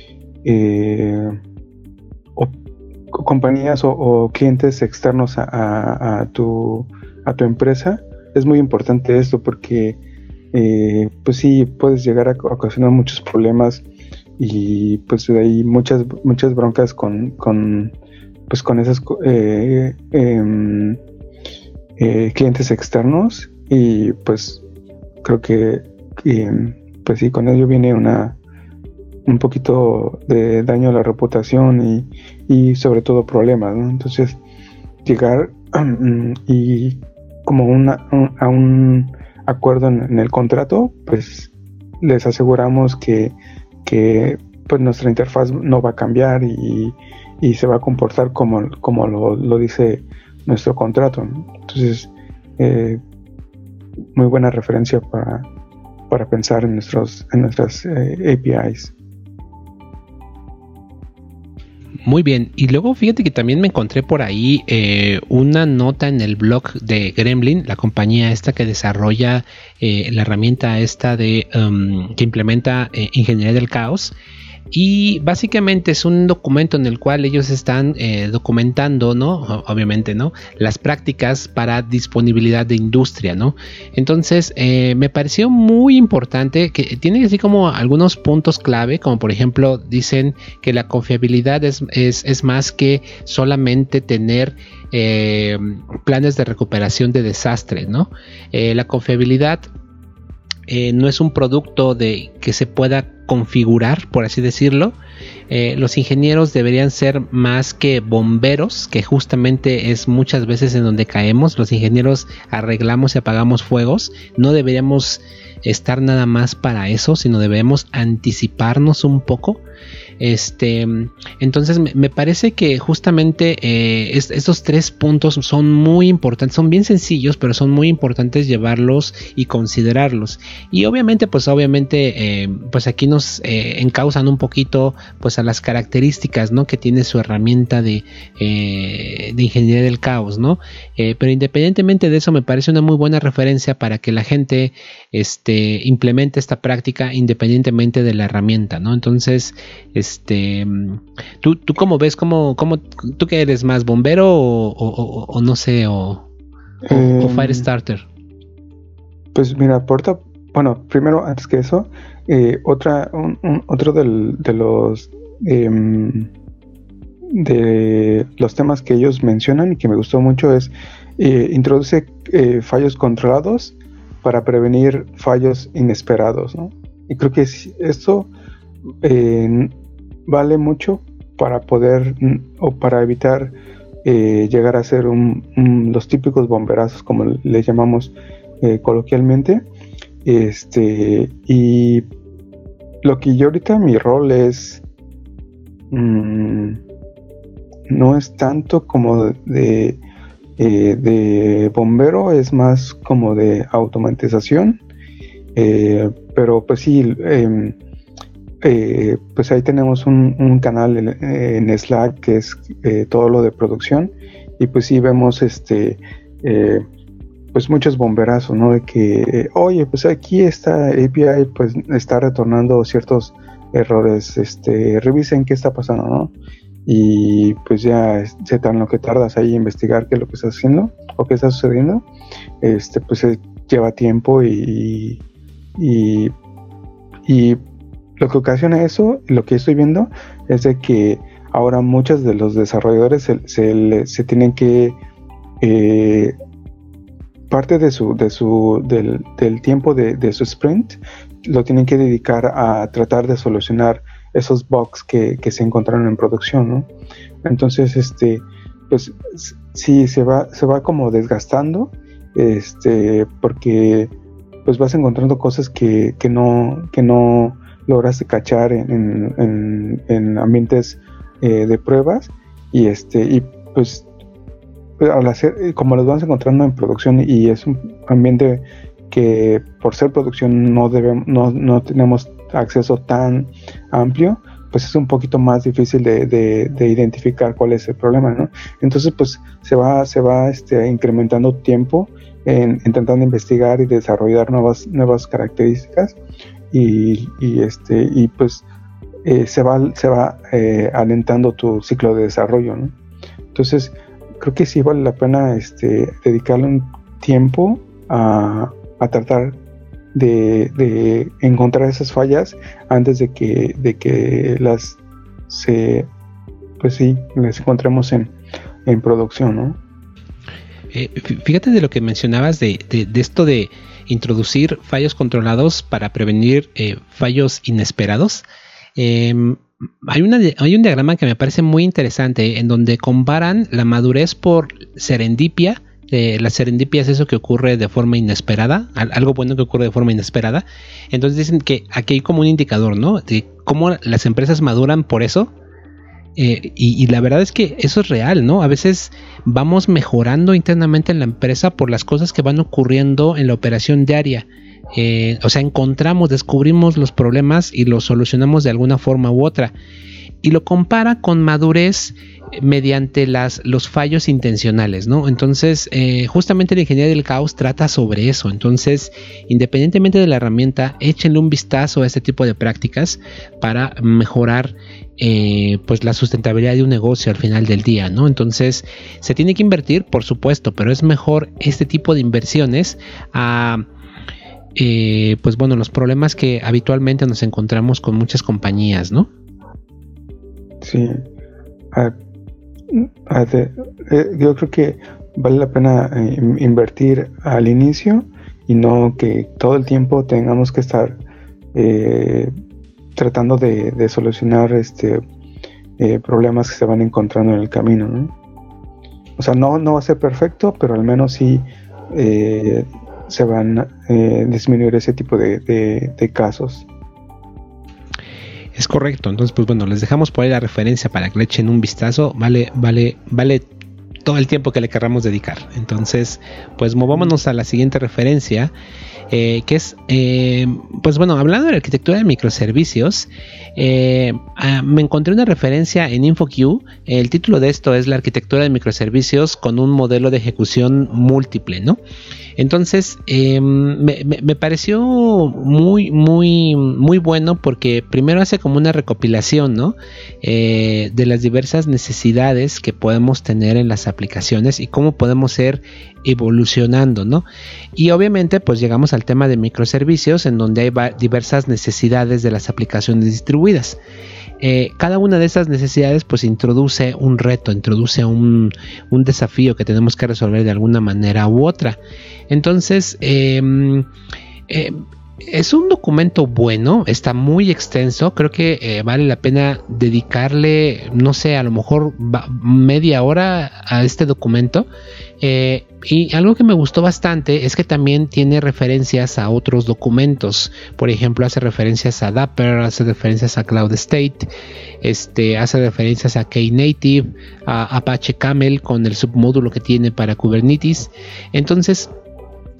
eh, o, o compañías o, o clientes externos a, a, a tu a tu empresa, es muy importante esto, porque eh, pues sí, puedes llegar a ocasionar muchos problemas, y pues hay muchas muchas broncas con con pues con esos eh, eh, eh, clientes externos. Y pues creo que, que pues sí, con ello viene una un poquito de daño a la reputación, y, y sobre todo problemas, ¿no? Entonces, llegar um, y como una, un, a un acuerdo en, en el contrato, pues les aseguramos que, que pues nuestra interfaz no va a cambiar, y, y se va a comportar como, como lo, lo dice nuestro contrato, ¿no? Entonces, eh, muy buena referencia para, para pensar en, nuestros, en nuestras eh, A P Is. Muy bien, y luego fíjate que también me encontré por ahí eh, una nota en el blog de Gremlin, la compañía esta que desarrolla eh, la herramienta esta de um, que implementa eh, ingeniería del caos. Y básicamente es un documento en el cual ellos están eh, documentando, ¿no?, obviamente, ¿no?, las prácticas para disponibilidad de industria, ¿no? Entonces, eh, me pareció muy importante, que tiene así como algunos puntos clave, como por ejemplo, dicen que la confiabilidad es, es, es más que solamente tener eh, planes de recuperación de desastres, ¿no? Eh, la confiabilidad eh, no es un producto de que se pueda configurar, por así decirlo. Eh, los ingenieros deberían ser más que bomberos, que justamente es muchas veces en donde caemos. Los ingenieros arreglamos y apagamos fuegos. No deberíamos estar nada más para eso, sino debemos anticiparnos un poco. Este, entonces me, me parece que justamente eh, es, estos tres puntos son muy importantes, son bien sencillos, pero son muy importantes llevarlos y considerarlos. Y obviamente, pues obviamente, eh, pues aquí nos eh, encausan un poquito, pues a las características, ¿no?, que tiene su herramienta de, eh, de ingeniería del caos, ¿no? Eh, pero independientemente de eso, me parece una muy buena referencia para que la gente, este, implemente esta práctica independientemente de la herramienta, ¿no? Entonces, Este, ¿tú, tú cómo ves? ¿Cómo, cómo, ¿Tú qué eres más, bombero o, o, o, o no sé, o, eh, o, o Firestarter? Pues mira, aporta, bueno, primero, antes que eso, eh, otra, un, un, otro del, de los eh, de los temas que ellos mencionan y que me gustó mucho es eh, introduce eh, fallos controlados para prevenir fallos inesperados, ¿no? Y creo que esto eh, vale mucho para poder o para evitar eh, llegar a ser un, un, los típicos bomberazos, como les llamamos eh, coloquialmente. Este, y lo que yo ahorita mi rol es mmm, no es tanto como de, eh, de bombero, es más como de automatización, eh, pero pues sí, eh, eh, pues ahí tenemos un, un canal en, en Slack que es eh, todo lo de producción, y pues sí vemos este eh, pues muchos bomberazos, ¿no? De que, eh, oye, pues aquí esta A P I pues está retornando ciertos errores, este, revisen qué está pasando, ¿no? Y pues ya se tan lo que tardas ahí a investigar qué es lo que estás haciendo o qué está sucediendo, este, pues eh, lleva tiempo y, y, y lo que ocasiona eso, lo que estoy viendo, es de que ahora muchos de los desarrolladores se, se, se tienen que eh, parte de su, de su, del, del tiempo de, de su sprint lo tienen que dedicar a tratar de solucionar esos bugs que, que se encontraron en producción, ¿no? Entonces, este, pues sí se va, se va como desgastando, este, porque pues vas encontrando cosas que, que no, que no lograste cachar en, en, en ambientes eh, de pruebas, y este, y pues al hacer, como los vas encontrando en producción, y es un ambiente que por ser producción no debemos, no, no tenemos acceso tan amplio, pues es un poquito más difícil de, de, de identificar cuál es el problema, ¿no? Entonces pues se va, se va este, incrementando tiempo en intentando investigar y desarrollar nuevas, nuevas características, y, y este, y pues eh, se va, se va eh, alentando tu ciclo de desarrollo, ¿no? Entonces creo que sí vale la pena este, dedicarle un tiempo a, a tratar de, de encontrar esas fallas antes de que, de que las se pues sí, las encontremos en, en producción, ¿no? Eh, fíjate de lo que mencionabas de, de, de esto de introducir fallos controlados para prevenir eh, fallos inesperados. Eh, hay, una, hay un diagrama que me parece muy interesante en donde comparan la madurez por serendipia. Eh, la serendipia es eso que ocurre de forma inesperada, algo bueno que ocurre de forma inesperada. Entonces dicen que aquí hay como un indicador, ¿no? De cómo las empresas maduran por eso. Eh, y, y la verdad es que eso es real, ¿no? A veces vamos mejorando internamente en la empresa por las cosas que van ocurriendo en la operación diaria. Eh, o sea, encontramos, descubrimos los problemas y los solucionamos de alguna forma u otra. Y lo compara con madurez mediante las, los fallos intencionales, ¿no? Entonces, eh, justamente la ingeniería del caos trata sobre eso. Entonces, independientemente de la herramienta, échenle un vistazo a este tipo de prácticas para mejorar eh, pues la sustentabilidad de un negocio al final del día, ¿no? Entonces, se tiene que invertir, por supuesto, pero es mejor este tipo de inversiones a... Eh, pues bueno, los problemas que habitualmente nos encontramos con muchas compañías, ¿no? Sí. A, a de, eh, yo creo que vale la pena eh, invertir al inicio y no que todo el tiempo tengamos que estar eh, tratando de, de solucionar este eh, problemas que se van encontrando en el camino, ¿no? O sea, no, no va a ser perfecto, pero al menos sí eh, se van a eh, disminuir ese tipo de, de, de casos. Es correcto. Entonces, pues bueno, les dejamos por ahí la referencia para que le echen un vistazo. Vale, vale, vale todo el tiempo que le querramos dedicar. Entonces, pues movámonos a la siguiente referencia, eh, que es, eh, pues bueno, hablando de la arquitectura de microservicios, eh, ah, me encontré una referencia en InfoQ. El título de esto es la arquitectura de microservicios con un modelo de ejecución múltiple, ¿no? Entonces, eh, me, me, me pareció muy, muy, muy bueno porque primero hace como una recopilación, ¿no? Eh, de las diversas necesidades que podemos tener en las aplicaciones y cómo podemos ir evolucionando, ¿no? Y obviamente, pues llegamos al tema de microservicios, en donde hay diversas necesidades de las aplicaciones distribuidas. Eh, cada una de esas necesidades pues introduce un reto, introduce un, un desafío que tenemos que resolver de alguna manera u otra. Entonces, eh, eh, es un documento bueno, está muy extenso, creo que eh, vale la pena dedicarle, no sé, a lo mejor media hora a este documento. Eh, y algo que me gustó bastante es que también tiene referencias a otros documentos. Por ejemplo, hace referencias a Dapper, hace referencias a Cloud State, este, hace referencias a Knative, a Apache Camel con el submódulo que tiene para Kubernetes. Entonces,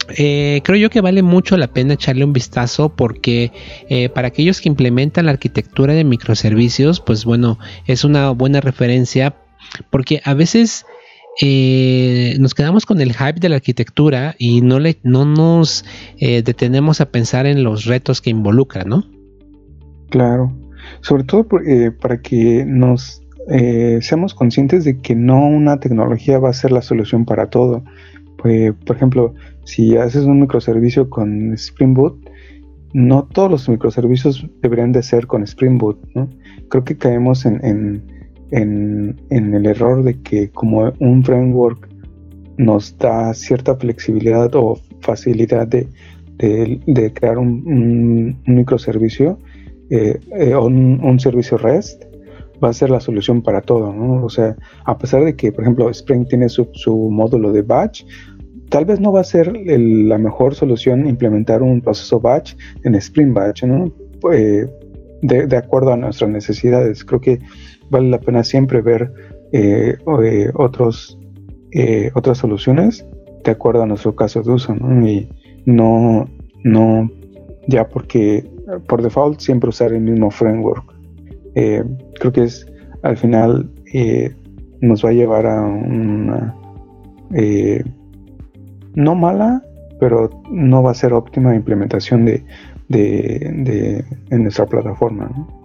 Eh, creo yo que vale mucho la pena echarle un vistazo porque eh, para aquellos que implementan la arquitectura de microservicios, pues bueno, es una buena referencia porque a veces eh, nos quedamos con el hype de la arquitectura y no, le, no nos eh, detenemos a pensar en los retos que involucra, ¿no? Claro, sobre todo por, eh, para que nos eh, seamos conscientes de que no una tecnología va a ser la solución para todo. Pues, por ejemplo, si haces un microservicio con Spring Boot, no todos los microservicios deberían de ser con Spring Boot, ¿no? Creo que caemos en, en, en, en el error de que como un framework nos da cierta flexibilidad o facilidad de, de, de crear un, un, un microservicio eh, eh, o un, un servicio REST, va a ser la solución para todo, ¿no? O sea, a pesar de que, por ejemplo, Spring tiene su, su módulo de batch, tal vez no va a ser el, la mejor solución implementar un proceso batch en Spring Batch, ¿no? Eh, de, de acuerdo a nuestras necesidades. Creo que vale la pena siempre ver eh, eh, otros, eh, otras soluciones de acuerdo a nuestro caso de uso, ¿no? Y no, no ya porque por default siempre usar el mismo framework. Eh, creo que es al final eh, nos va a llevar a una eh, no mala, pero no va a ser óptima implementación de, de, de en nuestra plataforma, ¿no?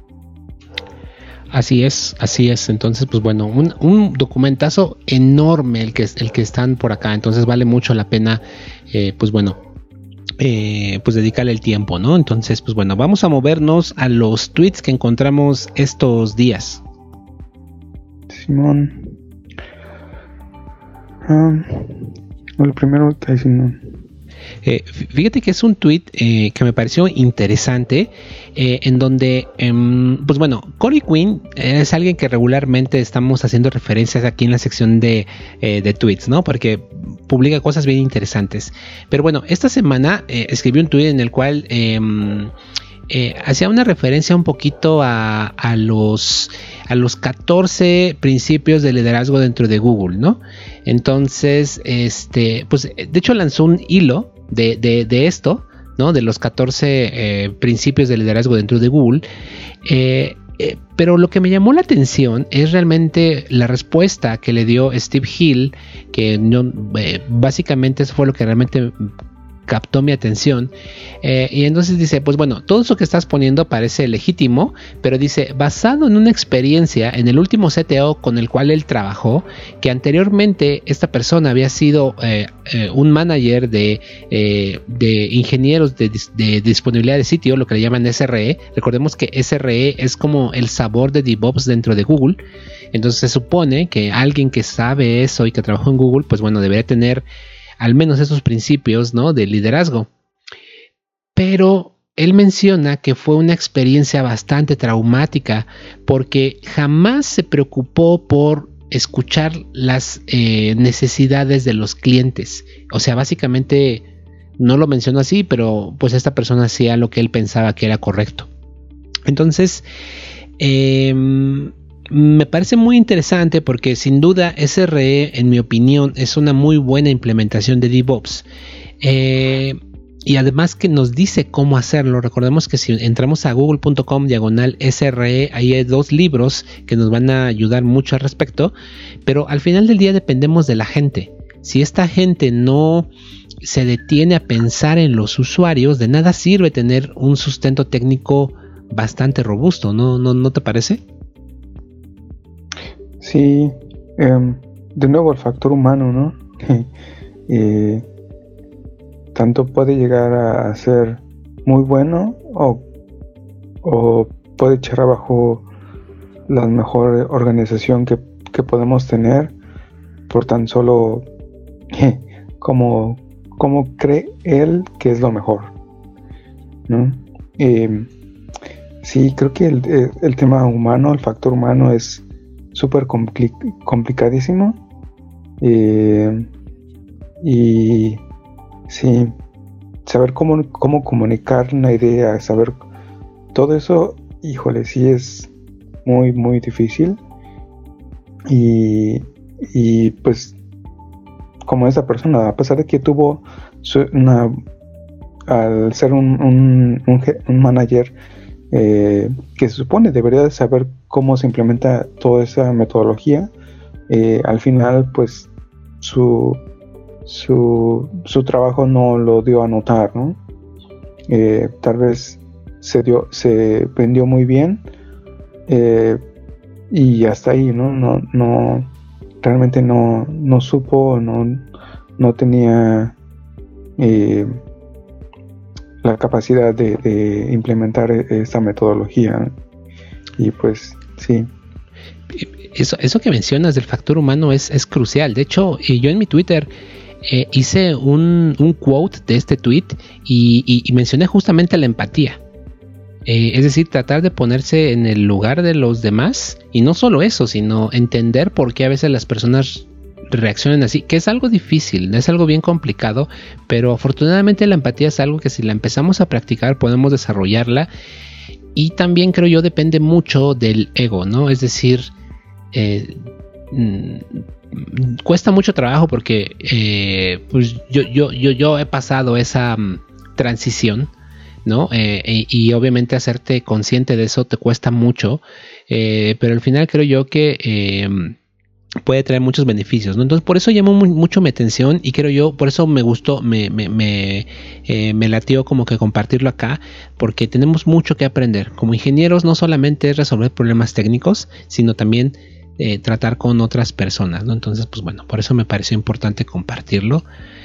Así es, así es. Entonces, pues bueno, un, un documentazo enorme el que, el que están por acá. Entonces vale mucho la pena, eh, pues bueno, eh, pues dedicarle el tiempo, ¿no? Entonces, pues bueno, vamos a movernos a los tweets que encontramos estos días. Simón. Um, el primero está diciendo... Eh, fíjate que es un tweet eh, que me pareció interesante, eh, en donde, eh, pues bueno, Corey Quinn es alguien que regularmente estamos haciendo referencias aquí en la sección de, eh, de tweets, ¿no? Porque publica cosas bien interesantes. Pero bueno, esta semana eh, escribió un tweet en el cual eh, eh, hacía una referencia un poquito a, a los a los catorce principios de liderazgo dentro de Google, ¿no? Entonces, este, pues de hecho lanzó un hilo de, de, de esto, ¿no? De los catorce eh, principios de liderazgo dentro de Google. Eh, eh, pero lo que me llamó la atención es realmente la respuesta que le dio Steve Hill, que no, eh, básicamente eso fue lo que realmente captó mi atención, eh, y entonces dice, pues bueno, todo eso que estás poniendo parece legítimo, pero dice, basado en una experiencia en el último C T O con el cual él trabajó, que anteriormente esta persona había sido eh, eh, un manager de, eh, de ingenieros de, de disponibilidad de sitio, lo que le llaman S R E. Recordemos que S R E es como el sabor de DevOps dentro de Google. Entonces se supone que alguien que sabe eso y que trabajó en Google, pues bueno, debería tener al menos esos principios, ¿no?, de liderazgo. Pero él menciona que fue una experiencia bastante traumática porque jamás se preocupó por escuchar las eh, necesidades de los clientes. O sea, básicamente no lo mencionó así, pero pues esta persona hacía lo que él pensaba que era correcto. Entonces, eh, me parece muy interesante porque sin duda S R E, en mi opinión, es una muy buena implementación de DevOps. Eh, y además que nos dice cómo hacerlo. Recordemos que si entramos a google punto com diagonal S R E, ahí hay dos libros que nos van a ayudar mucho al respecto. Pero al final del día dependemos de la gente. Si esta gente no se detiene a pensar en los usuarios, de nada sirve tener un sustento técnico bastante robusto, ¿no, no, no te parece? Sí, eh, de nuevo el factor humano, ¿no? eh, tanto puede llegar a ser muy bueno o, o puede echar abajo la mejor organización que, que podemos tener por tan solo eh, como, como cree él que es lo mejor, ¿no? Eh, sí, creo que el, el, el tema humano, el factor humano es súper compli- complicadísimo eh, y sí, saber cómo, cómo comunicar una idea, saber todo eso, híjole, sí es muy muy difícil y, y pues como esa persona, a pesar de que tuvo su, una, al ser un, un, un, un manager eh, que se supone debería de saber cómo se implementa toda esa metodología, eh, al final pues su, su, su trabajo no lo dio a notar, ¿no? Eh, tal vez se dio, se vendió muy bien, eh, y hasta ahí, ¿no? No, no, realmente no, no supo, no, no tenía eh, la capacidad de, de implementar esta metodología. Y pues sí. Eso, eso que mencionas del factor humano es, es crucial. De hecho, yo en mi Twitter eh, hice un, un quote de este tweet y, y, y mencioné justamente la empatía. Eh, es decir, tratar de ponerse en el lugar de los demás, y no solo eso, sino entender por qué a veces las personas reaccionan así, que es algo difícil, es algo bien complicado, pero afortunadamente la empatía es algo que si la empezamos a practicar podemos desarrollarla. Y también creo yo depende mucho del ego, ¿no? Es decir, eh, mmm, cuesta mucho trabajo porque eh, pues yo, yo, yo, yo he pasado esa um, transición, ¿no? Eh, y, y obviamente hacerte consciente de eso te cuesta mucho, eh, pero al final creo yo que eh, puede traer muchos beneficios, ¿no? Entonces por eso llamó muy, mucho mi atención y creo yo, por eso me gustó, me, me, me, eh, me latió como que compartirlo acá, porque tenemos mucho que aprender. Como ingenieros no solamente es resolver problemas técnicos, sino también eh, tratar con otras personas, ¿no? Entonces pues bueno, por eso me pareció importante compartirlo.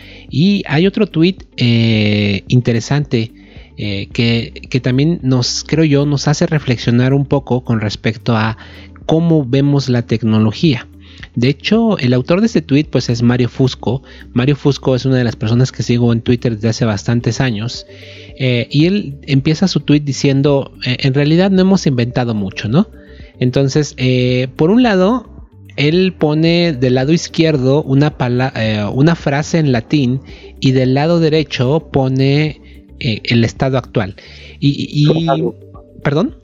Y hay otro tweet eh, interesante Eh, que, que también nos, creo yo, nos hace reflexionar un poco con respecto a cómo vemos la tecnología. De hecho, el autor de este tweet pues es Mario Fusco. Mario Fusco es una de las personas que sigo en Twitter desde hace bastantes años, eh, y él empieza su tweet diciendo, eh, en realidad no hemos inventado mucho, ¿no? Entonces, eh, por un lado, él pone del lado izquierdo una, pala- eh, una frase en latín y del lado derecho pone Eh, el estado actual. Y, y ¿perdón?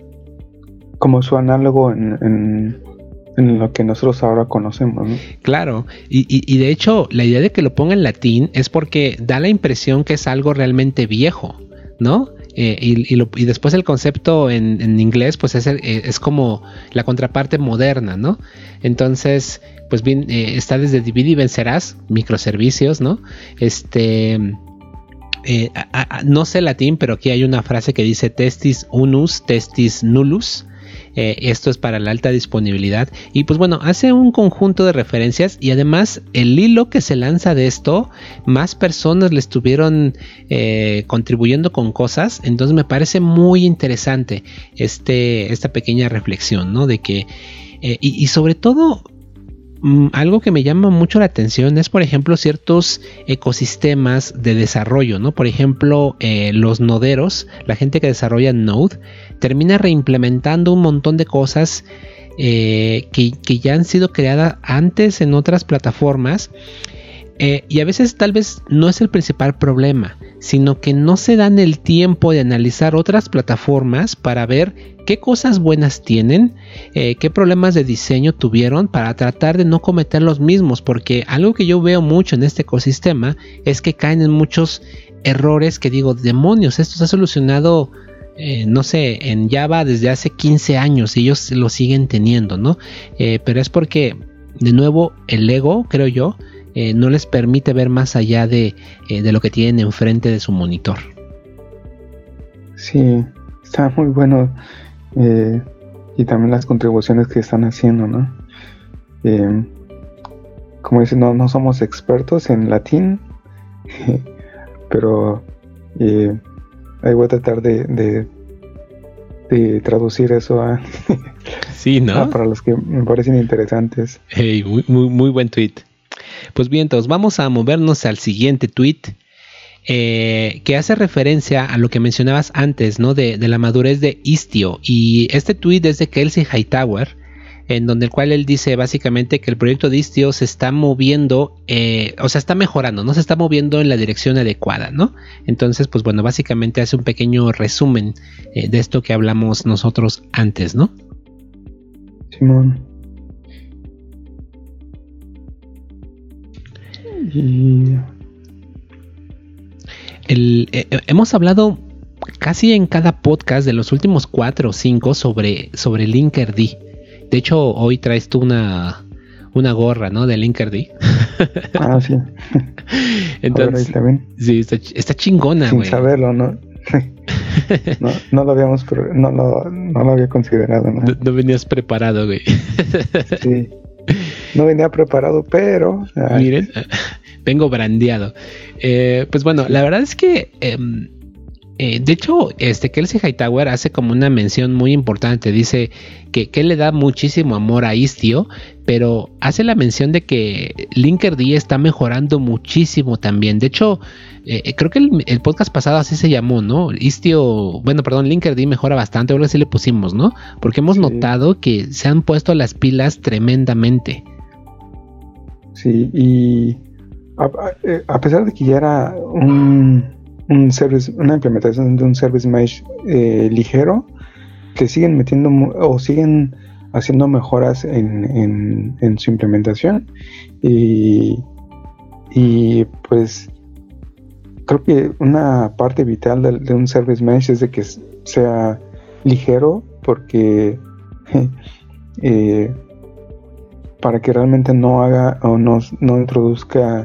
Como su análogo en, en, en lo que nosotros ahora conocemos, ¿no? Claro, y, y, y de hecho la idea de que lo ponga en latín es porque da la impresión que es algo realmente viejo, ¿no? Eh, y, y, lo, y después el concepto en, en inglés pues es, es como la contraparte moderna, ¿no? Entonces pues bien, eh, está desde divide y vencerás, microservicios, ¿no? Este... Eh, a, a, no sé latín, pero aquí hay una frase que dice testis unus, testis nullus. Eh, esto es para la alta disponibilidad. Y pues bueno, hace un conjunto de referencias y además el hilo que se lanza de esto, más personas le estuvieron eh, contribuyendo con cosas. Entonces me parece muy interesante este, esta pequeña reflexión, ¿no? De que, eh, y, y sobre todo... algo que me llama mucho la atención es, por ejemplo, ciertos ecosistemas de desarrollo, ¿no? Por ejemplo, eh, los noderos, la gente que desarrolla Node, termina reimplementando un montón de cosas eh, que, que ya han sido creadas antes en otras plataformas. Eh, y a veces tal vez no es el principal problema, sino que no se dan el tiempo de analizar otras plataformas para ver qué cosas buenas tienen, eh, qué problemas de diseño tuvieron para tratar de no cometer los mismos, porque algo que yo veo mucho en este ecosistema es que caen en muchos errores que digo, demonios, esto se ha solucionado, eh, no sé, en Java desde hace quince años y ellos lo siguen teniendo, ¿no? Eh, pero es porque, de nuevo, el ego, creo yo, Eh, no les permite ver más allá de, eh, de lo que tienen enfrente de su monitor. Sí, está muy bueno, eh, y también las contribuciones que están haciendo, ¿no? Eh, como dicen, no, no somos expertos en latín, pero eh, ahí voy a tratar de, de, de traducir eso a, sí, ¿no? a para los que me parecen interesantes. Hey, muy, muy, muy buen tweet. Pues bien, entonces vamos a movernos al siguiente tweet, eh, que hace referencia a lo que mencionabas antes, ¿no? De, de la madurez de Istio. Y este tweet es de Kelsey Hightower, en donde el cual él dice básicamente que el proyecto de Istio se está moviendo, eh, o sea, está mejorando, no se está moviendo en la dirección adecuada, ¿no? Entonces, pues bueno, básicamente hace un pequeño resumen eh, de esto que hablamos nosotros antes, ¿no? Simón. Y eh, hemos hablado casi en cada podcast de los últimos cuatro o cinco sobre, sobre Linkerd. De hecho, hoy traes tú una, una gorra, ¿no? De Linkerd. Ah, sí. Entonces, ver, sí, está, está chingona, güey. Sin saberlo, ¿no? no, no lo habíamos, no lo, no lo había considerado, ¿no? No, no venías preparado, güey. Sí. No venía preparado, pero... Ay. Miren, vengo brandeado. Eh, pues bueno, la verdad es que... Eh, Eh, de hecho, este Kelsey Hightower hace como una mención muy importante. Dice que, que él le da muchísimo amor a Istio, pero hace la mención de que Linkerd está mejorando muchísimo también. De hecho, eh, creo que el, el podcast pasado así se llamó, ¿no? Istio, bueno, perdón, Linkerd mejora bastante. Ahora sí le pusimos, ¿no? Porque hemos sí. notado que se han puesto las pilas tremendamente. Sí, y a, a, a pesar de que ya era un... un service, una implementación de un service mesh eh, ligero, que siguen metiendo o siguen haciendo mejoras en, en, en su implementación y, y pues creo que una parte vital de, de un service mesh es de que sea ligero, porque eh, para que realmente no haga o no, no introduzca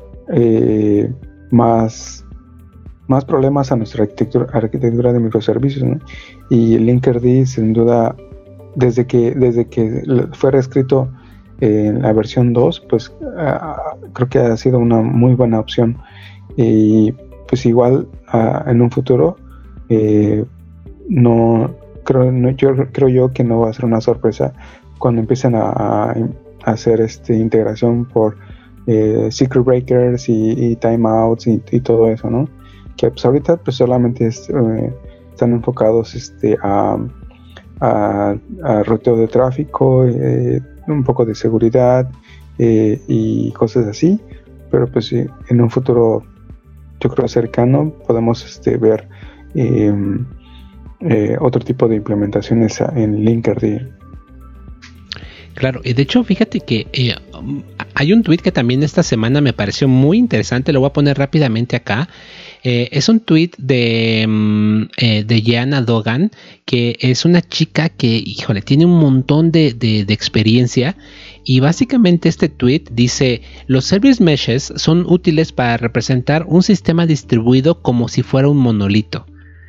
eh, más más problemas a nuestra arquitectura, arquitectura de microservicios, ¿no? Y Linkerd, sin duda, desde que desde que fue reescrito en eh, la versión dos, pues uh, creo que ha sido una muy buena opción. Y pues igual uh, en un futuro eh, no creo no, yo creo yo que no va a ser una sorpresa cuando empiecen a, a, a hacer este integración por eh, secret breakers y, y timeouts y, y todo eso, ¿no? Que pues ahorita pues solamente es, eh, están enfocados este a, a, a ruteo de tráfico, eh, un poco de seguridad eh, y cosas así, pero pues eh, en un futuro yo creo cercano podemos este, ver eh, eh, otro tipo de implementaciones en Linkerd. Claro, y de hecho fíjate que eh, hay un tweet que también esta semana me pareció muy interesante, lo voy a poner rápidamente acá. Eh, es un tweet de, um, eh, de Jeanna Dogan, que es una chica que, híjole, tiene un montón de, de, de experiencia, y básicamente este tweet dice: los service meshes son útiles para representar un sistema distribuido como si fuera un monolito.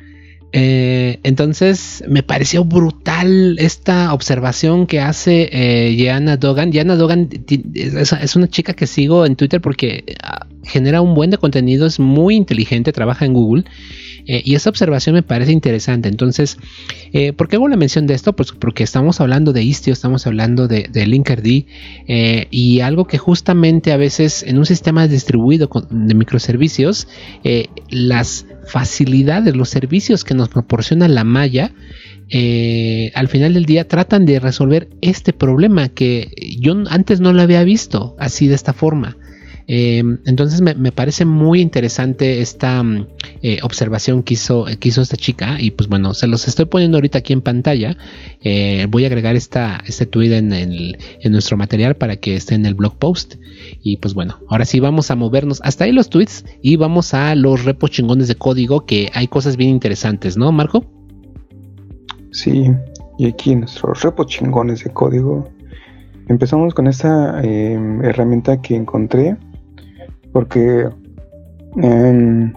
Eh, entonces me pareció brutal esta observación que hace eh, Jeanna Dogan. Jeanna Dogan es, es una chica que sigo en Twitter porque uh, genera un buen de contenido, es muy inteligente, trabaja en Google, eh, y esa observación me parece interesante. Entonces, eh, ¿por qué hago la mención de esto? Pues porque estamos hablando de Istio, estamos hablando de, de Linkerd, eh, y algo que justamente a veces en un sistema distribuido con, de microservicios, eh, las facilidades, los servicios que nos proporciona la malla, eh, al final del día tratan de resolver este problema que yo antes no lo había visto así de esta forma. Eh, entonces me, me parece muy interesante esta eh, observación que hizo, que hizo esta chica, y pues bueno, se los estoy poniendo ahorita aquí en pantalla. Eh, voy a agregar esta, este tweet en, el, en nuestro material para que esté en el blog post. Y pues bueno, ahora sí vamos a movernos hasta ahí los tweets y vamos a los repos chingones de código, que hay cosas bien interesantes, ¿no, Marco? Sí, y aquí en nuestros repos chingones de código empezamos con esta eh, herramienta que encontré, porque eh,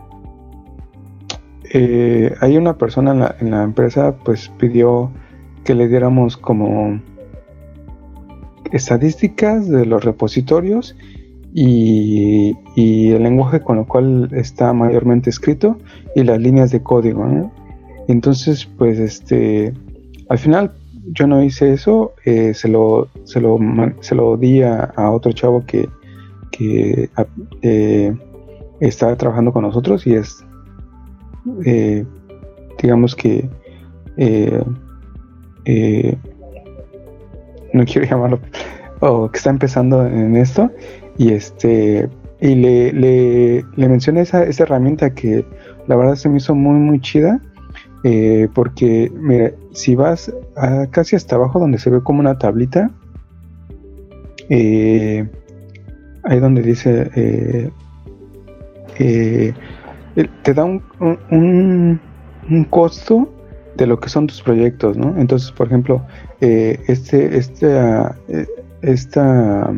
eh, hay una persona en la, en la empresa pues pidió que le diéramos como estadísticas de los repositorios y, y el lenguaje con el cual está mayormente escrito y las líneas de código, ¿no? Entonces pues este al final yo no hice eso, eh, se lo se lo se lo di a, a otro chavo que que eh, está trabajando con nosotros y es eh, digamos que eh, eh, no quiero llamarlo, o que está empezando en esto, y este y le, le, le mencioné esa, esa herramienta que la verdad se me hizo muy muy chida, eh, porque mira, si vas a, casi hasta abajo donde se ve como una tablita, eh, ahí donde dice eh, eh, eh, te da un, un, un costo de lo que son tus proyectos, ¿no? Entonces, por ejemplo, eh, este, este, uh, esta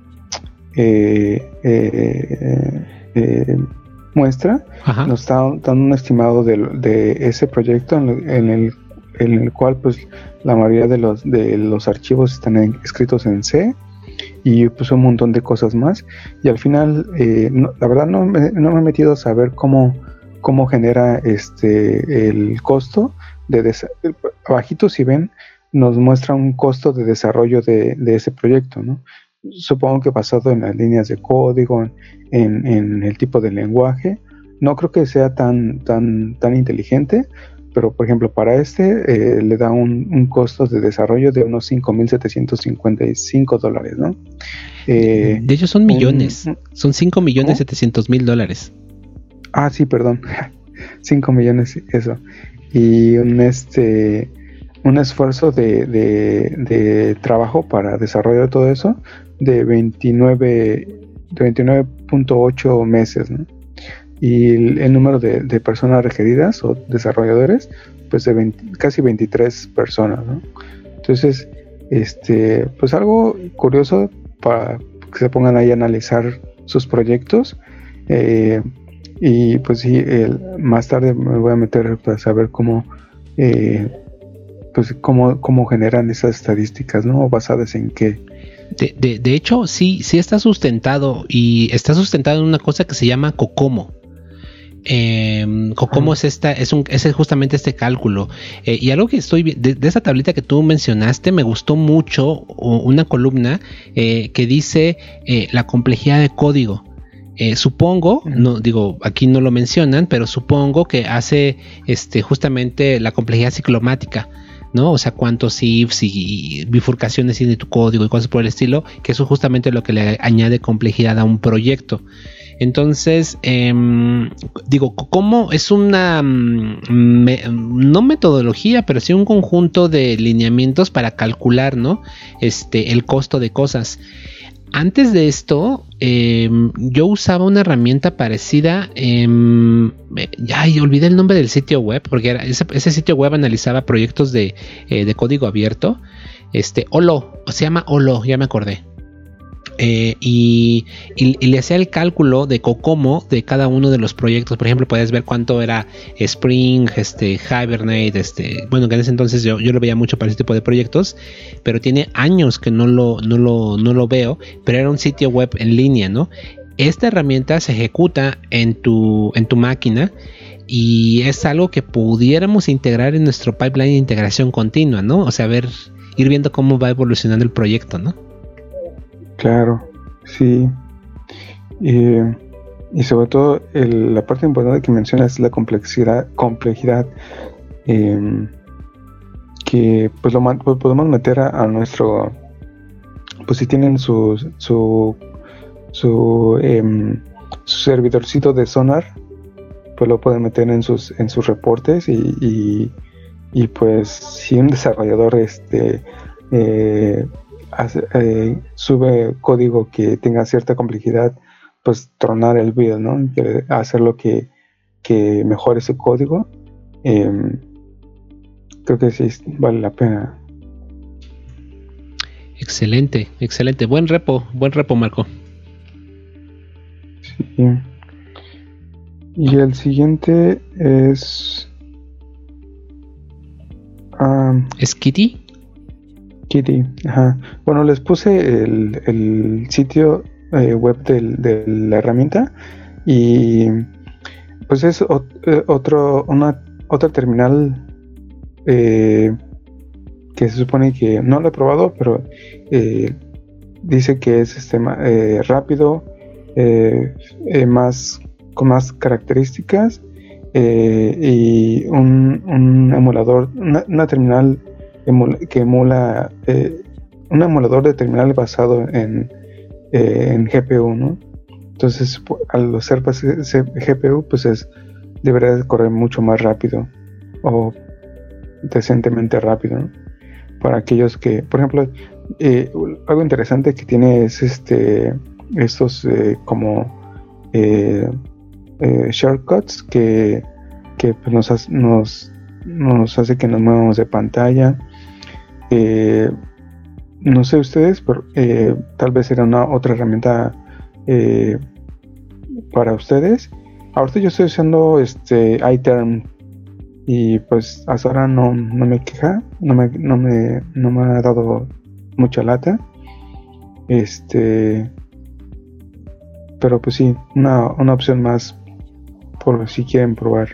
eh, eh, eh, muestra Ajá. nos está dando un estimado de, de ese proyecto en, en, el, en el cual, pues, la mayoría de los de los archivos están en, escritos en C y pues un montón de cosas más. Y al final, eh, no, la verdad, no me, no me he metido a saber cómo cómo genera este el costo de desa- abajito, si ven, nos muestra un costo de desarrollo de, de ese proyecto, ¿no? Supongo que basado en las líneas de código, en, en el tipo de lenguaje. No creo que sea tan tan tan inteligente, pero por ejemplo para este eh, le da un, un costo de desarrollo de unos cinco mil setecientos cincuenta y cinco dólares, ¿no? Eh, de hecho son millones, un, son cinco millones setecientos mil dólares. Ah, sí, perdón, cinco millones, eso. Y un este un esfuerzo de, de, de trabajo para desarrollar todo eso de veintinueve punto ocho meses, ¿no? Y el, el número de, de personas requeridas o desarrolladores, pues de veinte, casi veintitrés personas, ¿no? Entonces, este, pues algo curioso para que se pongan ahí a analizar sus proyectos. Eh, y pues sí, el, más tarde me voy a meter para saber cómo eh, pues cómo, cómo generan esas estadísticas, ¿no? ¿Basadas en qué? De, de, de hecho, sí, sí está sustentado, y está sustentado en una cosa que se llama COCOMO. Eh, COCOMO ah. es esta, es un, es justamente este cálculo. Eh, y algo que estoy de, de esa tablita que tú mencionaste, me gustó mucho una columna eh, que dice eh, la complejidad de código. Eh, supongo, no digo, aquí no lo mencionan, pero supongo que hace este justamente la complejidad ciclomática, ¿no? O sea, cuántos ifs y bifurcaciones tiene tu código y cosas por el estilo, que eso es justamente lo que le añade complejidad a un proyecto. Entonces, eh, digo, ¿cómo es una, me, no metodología, pero sí un conjunto de lineamientos para calcular, ¿no? Este, el costo de cosas. Antes de esto, eh, yo usaba una herramienta parecida. Eh, ay, olvidé el nombre del sitio web, porque era, ese, ese sitio web analizaba proyectos de, eh, de código abierto. Este, Olo, se llama Olo, ya me acordé. Eh, y, y, y le hacía el cálculo de COCOMO de cada uno de los proyectos. Por ejemplo, puedes ver cuánto era Spring, este, Hibernate, este, bueno, que en ese entonces yo, yo lo veía mucho para ese tipo de proyectos, pero tiene años que no lo, no lo, no lo veo, pero era un sitio web en línea, ¿no? Esta herramienta se ejecuta en tu, en tu máquina, y es algo que pudiéramos integrar en nuestro pipeline de integración continua, ¿no? O sea, ver, ir viendo cómo va evolucionando el proyecto, ¿no? Claro, sí. Eh, y sobre todo el, la parte importante que mencionas es la complejidad, complejidad eh, que pues lo pues podemos meter a, a nuestro, pues si tienen su su su, eh, su servidorcito de Sonar, pues lo pueden meter en sus en sus reportes, y, y, y pues si un desarrollador este eh, Hace, eh, sube código que tenga cierta complejidad, pues tronar el build, ¿no? Hacer lo que, que mejore su código. Eh, creo que sí vale la pena. Excelente, excelente. Buen repo, buen repo, Marco. Sí. Y el siguiente es... Um, ¿Es Kitty? Kitty, ajá. Bueno, les puse el, el sitio eh, web del, de la herramienta, y pues es ot, eh, otro, una otra terminal eh, que se supone que no lo he probado, pero eh, dice que es este, eh, rápido, eh, eh, más con más características, eh, y un, un emulador, una, una terminal que emula eh, un emulador de terminal basado en, eh, en G P U, ¿no? Entonces, al ser G P U, pues es debería de correr mucho más rápido, o decentemente rápido, ¿no? Para aquellos que, por ejemplo, eh, algo interesante que tiene es este estos eh, como eh, eh, shortcuts que, que pues, nos, nos, nos hace que nos movamos de pantalla. Eh, no sé ustedes, pero eh, tal vez era una otra herramienta eh, para ustedes. Ahorita yo estoy usando este iTerm y pues hasta ahora no, no me queja, no me, no me, no me ha dado mucha lata. Este, pero pues sí, una, una opción más por si quieren probar.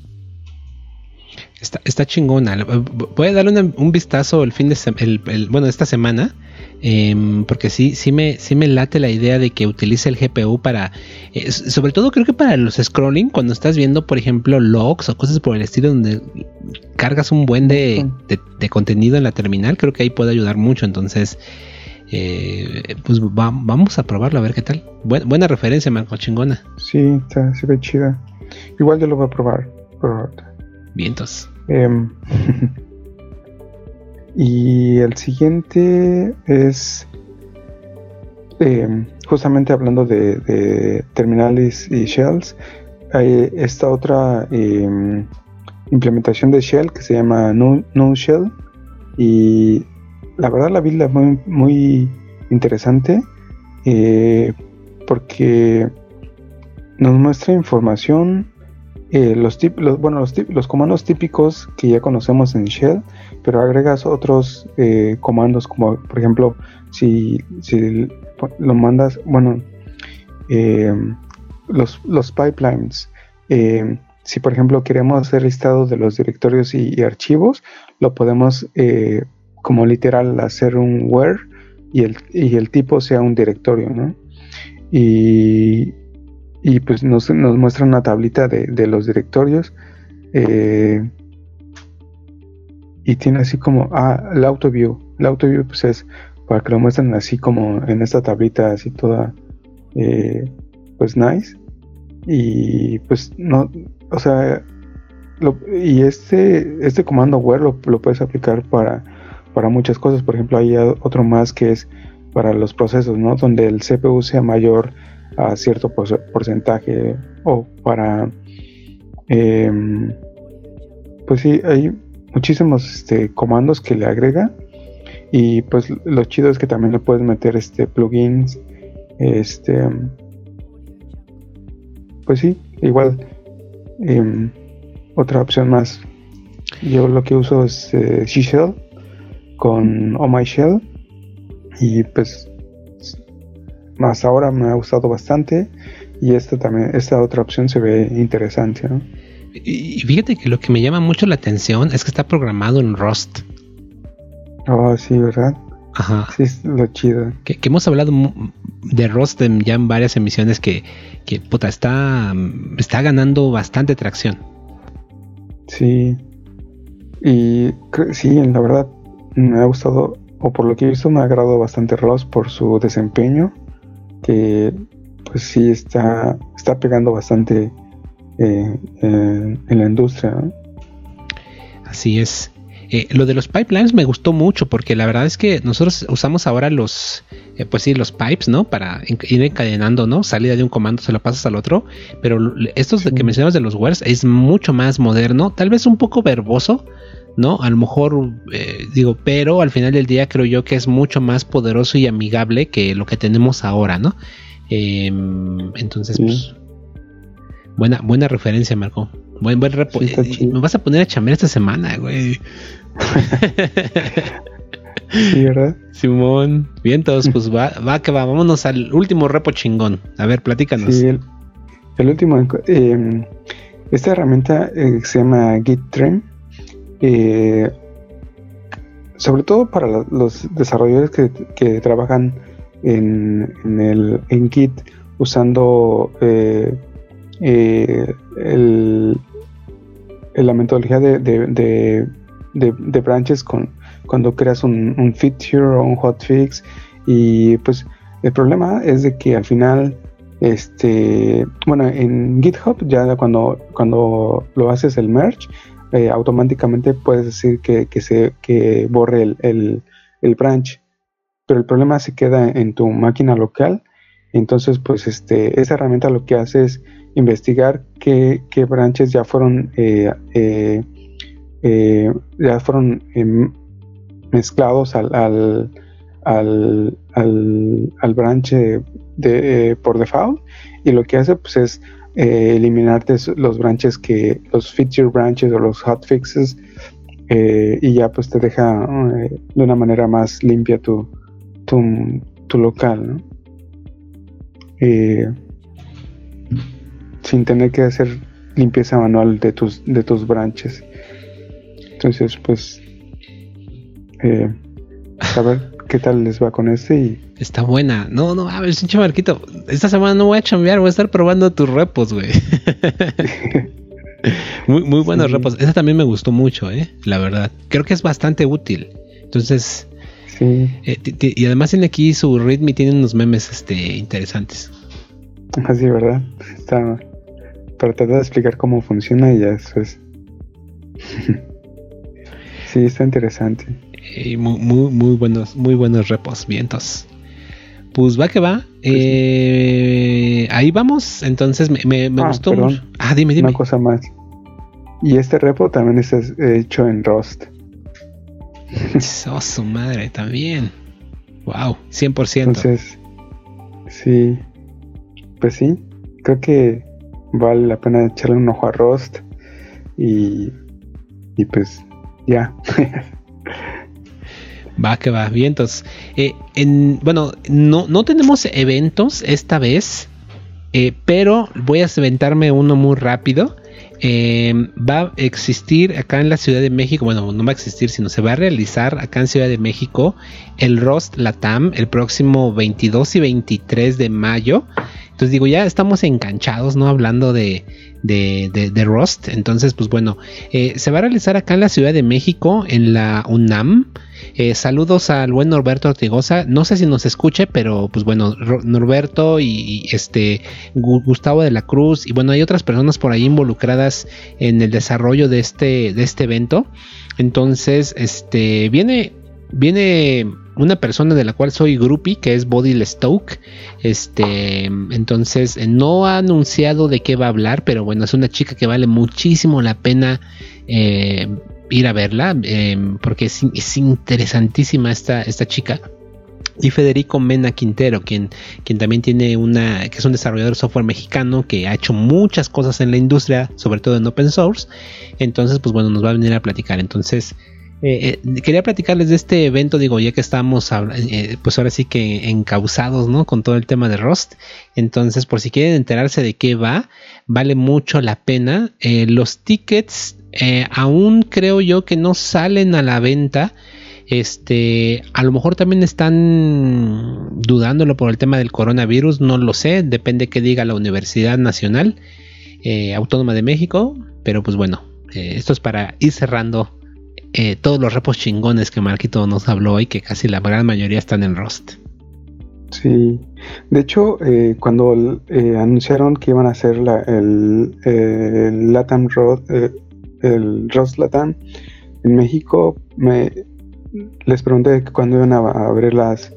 Está, está chingona. Voy a darle una, un vistazo el fin de se, el, el, bueno, esta semana, eh, porque sí, sí me, sí me late la idea de que utilice el G P U para, eh, sobre todo creo que para los scrolling, cuando estás viendo, por ejemplo, logs o cosas por el estilo donde cargas un buen de, de, de contenido en la terminal, creo que ahí puede ayudar mucho. Entonces, eh, pues va, vamos a probarlo a ver qué tal. Buen, buena referencia, Marco, chingona. Sí, está, se ve chida. Igual yo lo voy a probar. probar. Vientos. Eh, y el siguiente es eh, justamente hablando de, de terminales y shells. Hay esta otra eh, implementación de shell que se llama NuShell, y la verdad la vi muy, muy interesante eh, porque nos muestra información. Eh, los, tip, los, bueno, los, tip, los comandos típicos que ya conocemos en Shell, pero agregas otros eh, comandos como, por ejemplo, si, si lo mandas, bueno, eh, los, los pipelines. Eh, si, por ejemplo, queremos hacer listado de los directorios y, y archivos, lo podemos, eh, como literal, hacer un where y el, y el tipo sea un directorio, ¿no? Y... y pues nos, nos muestra una tablita de, de los directorios eh, y tiene así como ah, el auto view el auto view pues es para que lo muestren así como en esta tablita así toda eh, pues nice, y pues no, o sea lo, y este este comando where lo, lo puedes aplicar para para muchas cosas. Por ejemplo, hay otro más que es para los procesos, ¿no? Donde el C P U sea mayor a cierto porcentaje, o para eh, pues sí, hay muchísimos este, comandos que le agrega, y pues lo chido es que también le puedes meter este plugins, este pues sí, igual eh, otra opción más. Yo lo que uso es eh, G-Shell con Oh My Shell, y pues más ahora me ha gustado bastante, y esta también, esta otra opción se ve interesante, ¿no? Y fíjate que lo que me llama mucho la atención es que está programado en Rust. Oh, sí, ¿verdad? Ajá. Sí, es lo chido. Que, que hemos hablado de Rust en, ya en varias emisiones, que, que puta, está, está ganando bastante tracción. Sí. Y sí, la verdad, me ha gustado, o por lo que he visto, me ha agradado bastante Rust por su desempeño, que pues sí está, está pegando bastante eh, en, en la industria, ¿no? Así es. Eh, lo de los pipelines me gustó mucho, porque la verdad es que nosotros usamos ahora los, eh, pues sí, los pipes, ¿no? Para ir encadenando, ¿no? Salida de un comando, se lo pasas al otro. Pero estos sí. de que mencionamos de los wheres es mucho más moderno, tal vez un poco verboso, ¿no? A lo mejor, eh, digo, pero al final del día creo yo que es mucho más poderoso y amigable que lo que tenemos ahora, ¿no? Eh, entonces, sí. pues, buena, buena referencia, Marco. Buen, buen repo. Sí, eh, me vas a poner a chambear esta semana, güey. Sí, ¿verdad? Simón. Bien, todos, pues va, va que va. Vámonos al último repo chingón. A ver, platícanos. Sí, el, el último. Eh, esta herramienta eh, se llama GitTrim. Eh, sobre todo para la, los desarrolladores que, que trabajan en, en, el, en Git usando eh, eh, el, la metodología de, de, de, de, de branches con, cuando creas un, un feature o un hotfix. Y pues el problema es de que al final este bueno en GitHub ya cuando, cuando lo haces el merge, Eh, automáticamente puedes decir que, que se que borre el, el, el branch, pero el problema se queda en tu máquina local, Entonces, pues este, esa herramienta lo que hace es investigar qué, qué branches ya fueron eh, eh, eh, ya fueron eh, mezclados al al, al, al, al branch de, eh, por default, y lo que hace pues es eh, eliminarte los branches que los feature branches o los hotfixes, eh, y ya pues te deja eh, de una manera más limpia tu tu, tu local, ¿no? Eh, sin tener que hacer limpieza manual de tus de tus branches. Entonces pues eh, a ver qué tal les va con este. Y está buena. No, no, a ver, pinche Marquito, esta semana no voy a chambear, voy a estar probando tus repos, güey. muy muy buenos sí. repos. Esa también me gustó mucho, eh, la verdad. Creo que es bastante útil. Entonces, sí. Eh, t- t- y además tiene aquí su readme y tiene unos memes este interesantes. Así, ¿verdad? Está para tratar de explicar cómo funciona y ya eso es. Sí, está interesante. Eh, muy, muy, muy buenos, muy buenos repos, vientos. Pues va que va. Eh, ahí vamos. Entonces me, me, me ah, gustó perdón. mucho. Ah, dime, dime. Una cosa más. Y este repo también está hecho en Rust. Oh, su madre, también. Wow, cien por ciento. Entonces, sí. Pues sí. Creo que vale la pena echarle un ojo a Rust. Y, y pues ya. Va que va, vientos. Eh, en, bueno, no, no tenemos eventos esta vez, eh, pero voy a aventarme uno muy rápido. Eh, va a existir acá en la Ciudad de México, bueno, no va a existir, sino se va a realizar acá en Ciudad de México el Rust Latam el próximo veintidós y veintitrés de mayo. Entonces digo, ya estamos enganchados, ¿no? Hablando de, de, de, de Rust. Entonces, pues bueno, eh, se va a realizar acá en la Ciudad de México, en la UNAM. Eh, saludos al buen Norberto Ortigosa. No sé si nos escuche, pero pues bueno, Norberto y, y este Gustavo de la Cruz, y bueno, hay otras personas por ahí involucradas en el desarrollo de este, de este evento. Entonces, este viene, viene una persona de la cual soy groupie, que es Bodil Stoke. Este, entonces no ha anunciado de qué va a hablar, pero bueno, es una chica que vale muchísimo la pena eh, ir a verla, eh, porque es, es interesantísima esta, esta chica. Y Federico Mena Quintero, quien, quien también tiene una, que es un desarrollador de software mexicano que ha hecho muchas cosas en la industria, sobre todo en open source. Entonces, pues bueno, nos va a venir a platicar. Entonces, eh, eh, quería platicarles de este evento, digo, ya que estamos, eh, pues ahora sí que encausados, ¿no? Con todo el tema de Rust. Entonces, por si quieren enterarse de qué va, vale mucho la pena. Eh, los tickets, eh, aún creo yo que no salen a la venta. Este, a lo mejor también están dudándolo por el tema del coronavirus, no lo sé, depende qué diga la Universidad Nacional eh, Autónoma de México, pero pues bueno, eh, esto es para ir cerrando eh, todos los repos chingones que Marquito nos habló y que casi la gran mayoría están en Rust. Sí, de hecho, eh, cuando eh, anunciaron que iban a hacer la, el, eh, el Latam Rust, eh, el Rust Latam en México, me les pregunté cuándo iban a abrirlas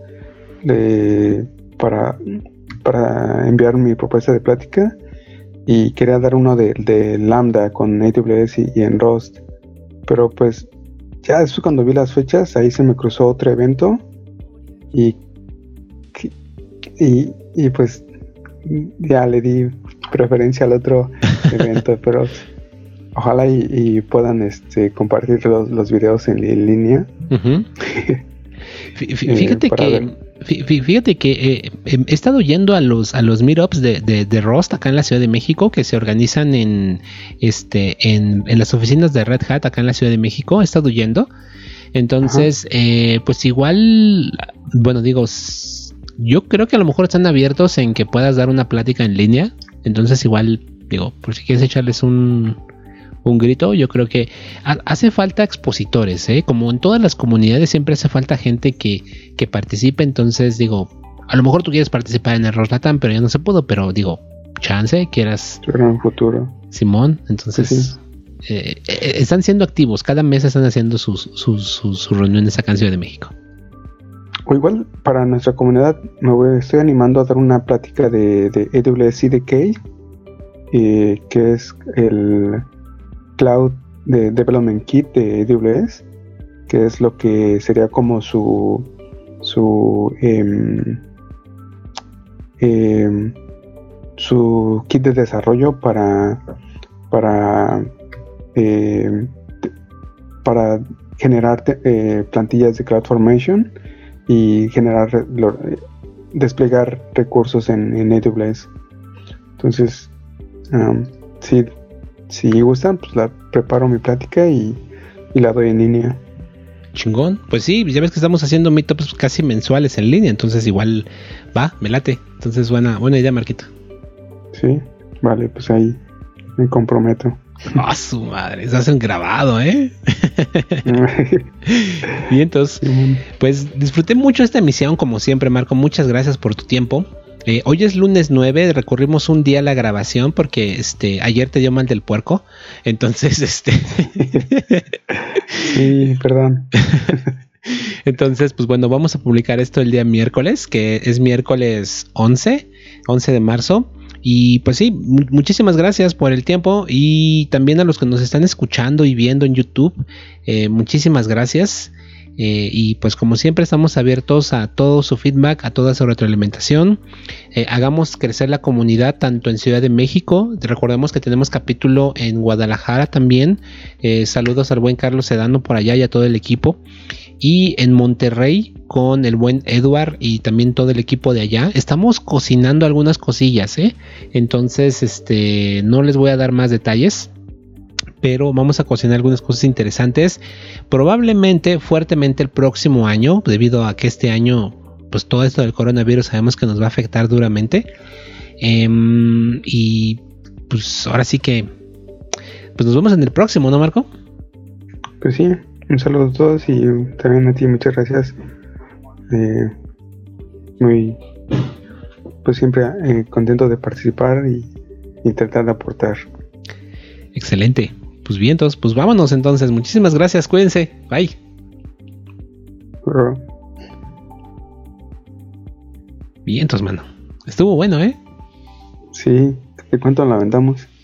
eh, para, para enviar mi propuesta de plática, y quería dar uno de, de Lambda con A W S y, y en Rust, pero pues ya después cuando vi las fechas, ahí se me cruzó otro evento y, y, y pues ya le di preferencia al otro evento, pero ojalá y, y puedan este, compartir los, los videos en, en línea. Uh-huh. Fíjate, eh, que, fíjate que eh, he estado yendo a los a los meetups de, de, de Rust acá en la Ciudad de México, que se organizan en este en, en las oficinas de Red Hat acá en la Ciudad de México. He estado yendo. Entonces, eh, pues igual, bueno, digo, yo creo que a lo mejor están abiertos en que puedas dar una plática en línea. Entonces igual, digo, por si quieres echarles un un grito, yo creo que ha, hace falta expositores, ¿eh? Como en todas las comunidades siempre hace falta gente que, que participe. Entonces digo, a lo mejor tú quieres participar en el Rust Latam, pero ya no se pudo, pero digo, chance, quieras en un futuro, Simón, entonces sí, sí. Eh, eh, están siendo activos, cada mes están haciendo sus, sus, sus, sus reuniones acá en Ciudad de México. o igual para nuestra comunidad me voy, estoy animando a dar una plática de, de A W S C D K, eh, que es el Cloud de Development Kit de A W S, que es lo que sería como su su eh, eh, su kit de desarrollo para para eh, para generar eh, plantillas de CloudFormation y generar lo, desplegar recursos en, en A W S. Entonces, um, si, si gustan, pues la preparo mi plática y, y la doy en línea. Chingón. Pues sí, ya ves que estamos haciendo meetups casi mensuales en línea, entonces igual va, me late. Entonces buena, buena idea, Marquito. Sí, vale, pues ahí me comprometo. ¡Ah, oh, su madre! Se hacen grabado, ¿eh? Y entonces, pues disfruté mucho esta emisión, como siempre, Marco. Muchas gracias por tu tiempo. Eh, hoy es lunes nueve, recorrimos un día la grabación porque este ayer te dio mal del puerco. Entonces, este... Sí, perdón. Entonces, pues bueno, vamos a publicar esto el día miércoles, que es miércoles once de marzo. Y pues sí, mu- muchísimas gracias por el tiempo y también a los que nos están escuchando y viendo en YouTube, eh, muchísimas gracias. Eh, y pues como siempre estamos abiertos a todo su feedback, a toda su retroalimentación. Eh, hagamos crecer la comunidad tanto en Ciudad de México, recordemos que tenemos capítulo en Guadalajara también. Eh, saludos al buen Carlos Sedano por allá y a todo el equipo. Y en Monterrey con el buen Edward y también todo el equipo de allá estamos cocinando algunas cosillas, ¿eh? Entonces este no les voy a dar más detalles, pero vamos a cocinar algunas cosas interesantes, probablemente fuertemente el próximo año, debido a que este año pues todo esto del coronavirus sabemos que nos va a afectar duramente. Eh, y pues ahora sí que pues nos vemos en el próximo, ¿no, Marco? Pues sí, un saludo a todos y también a ti, muchas gracias. Eh, muy, pues siempre eh, contento de participar y, y tratar de aportar. Excelente. Pues bien, entonces, pues vámonos entonces. Muchísimas gracias, cuídense. Bye. Pero... Bien, entonces, mano. Estuvo bueno, ¿eh? Sí, ¿de cuánto la aventamos?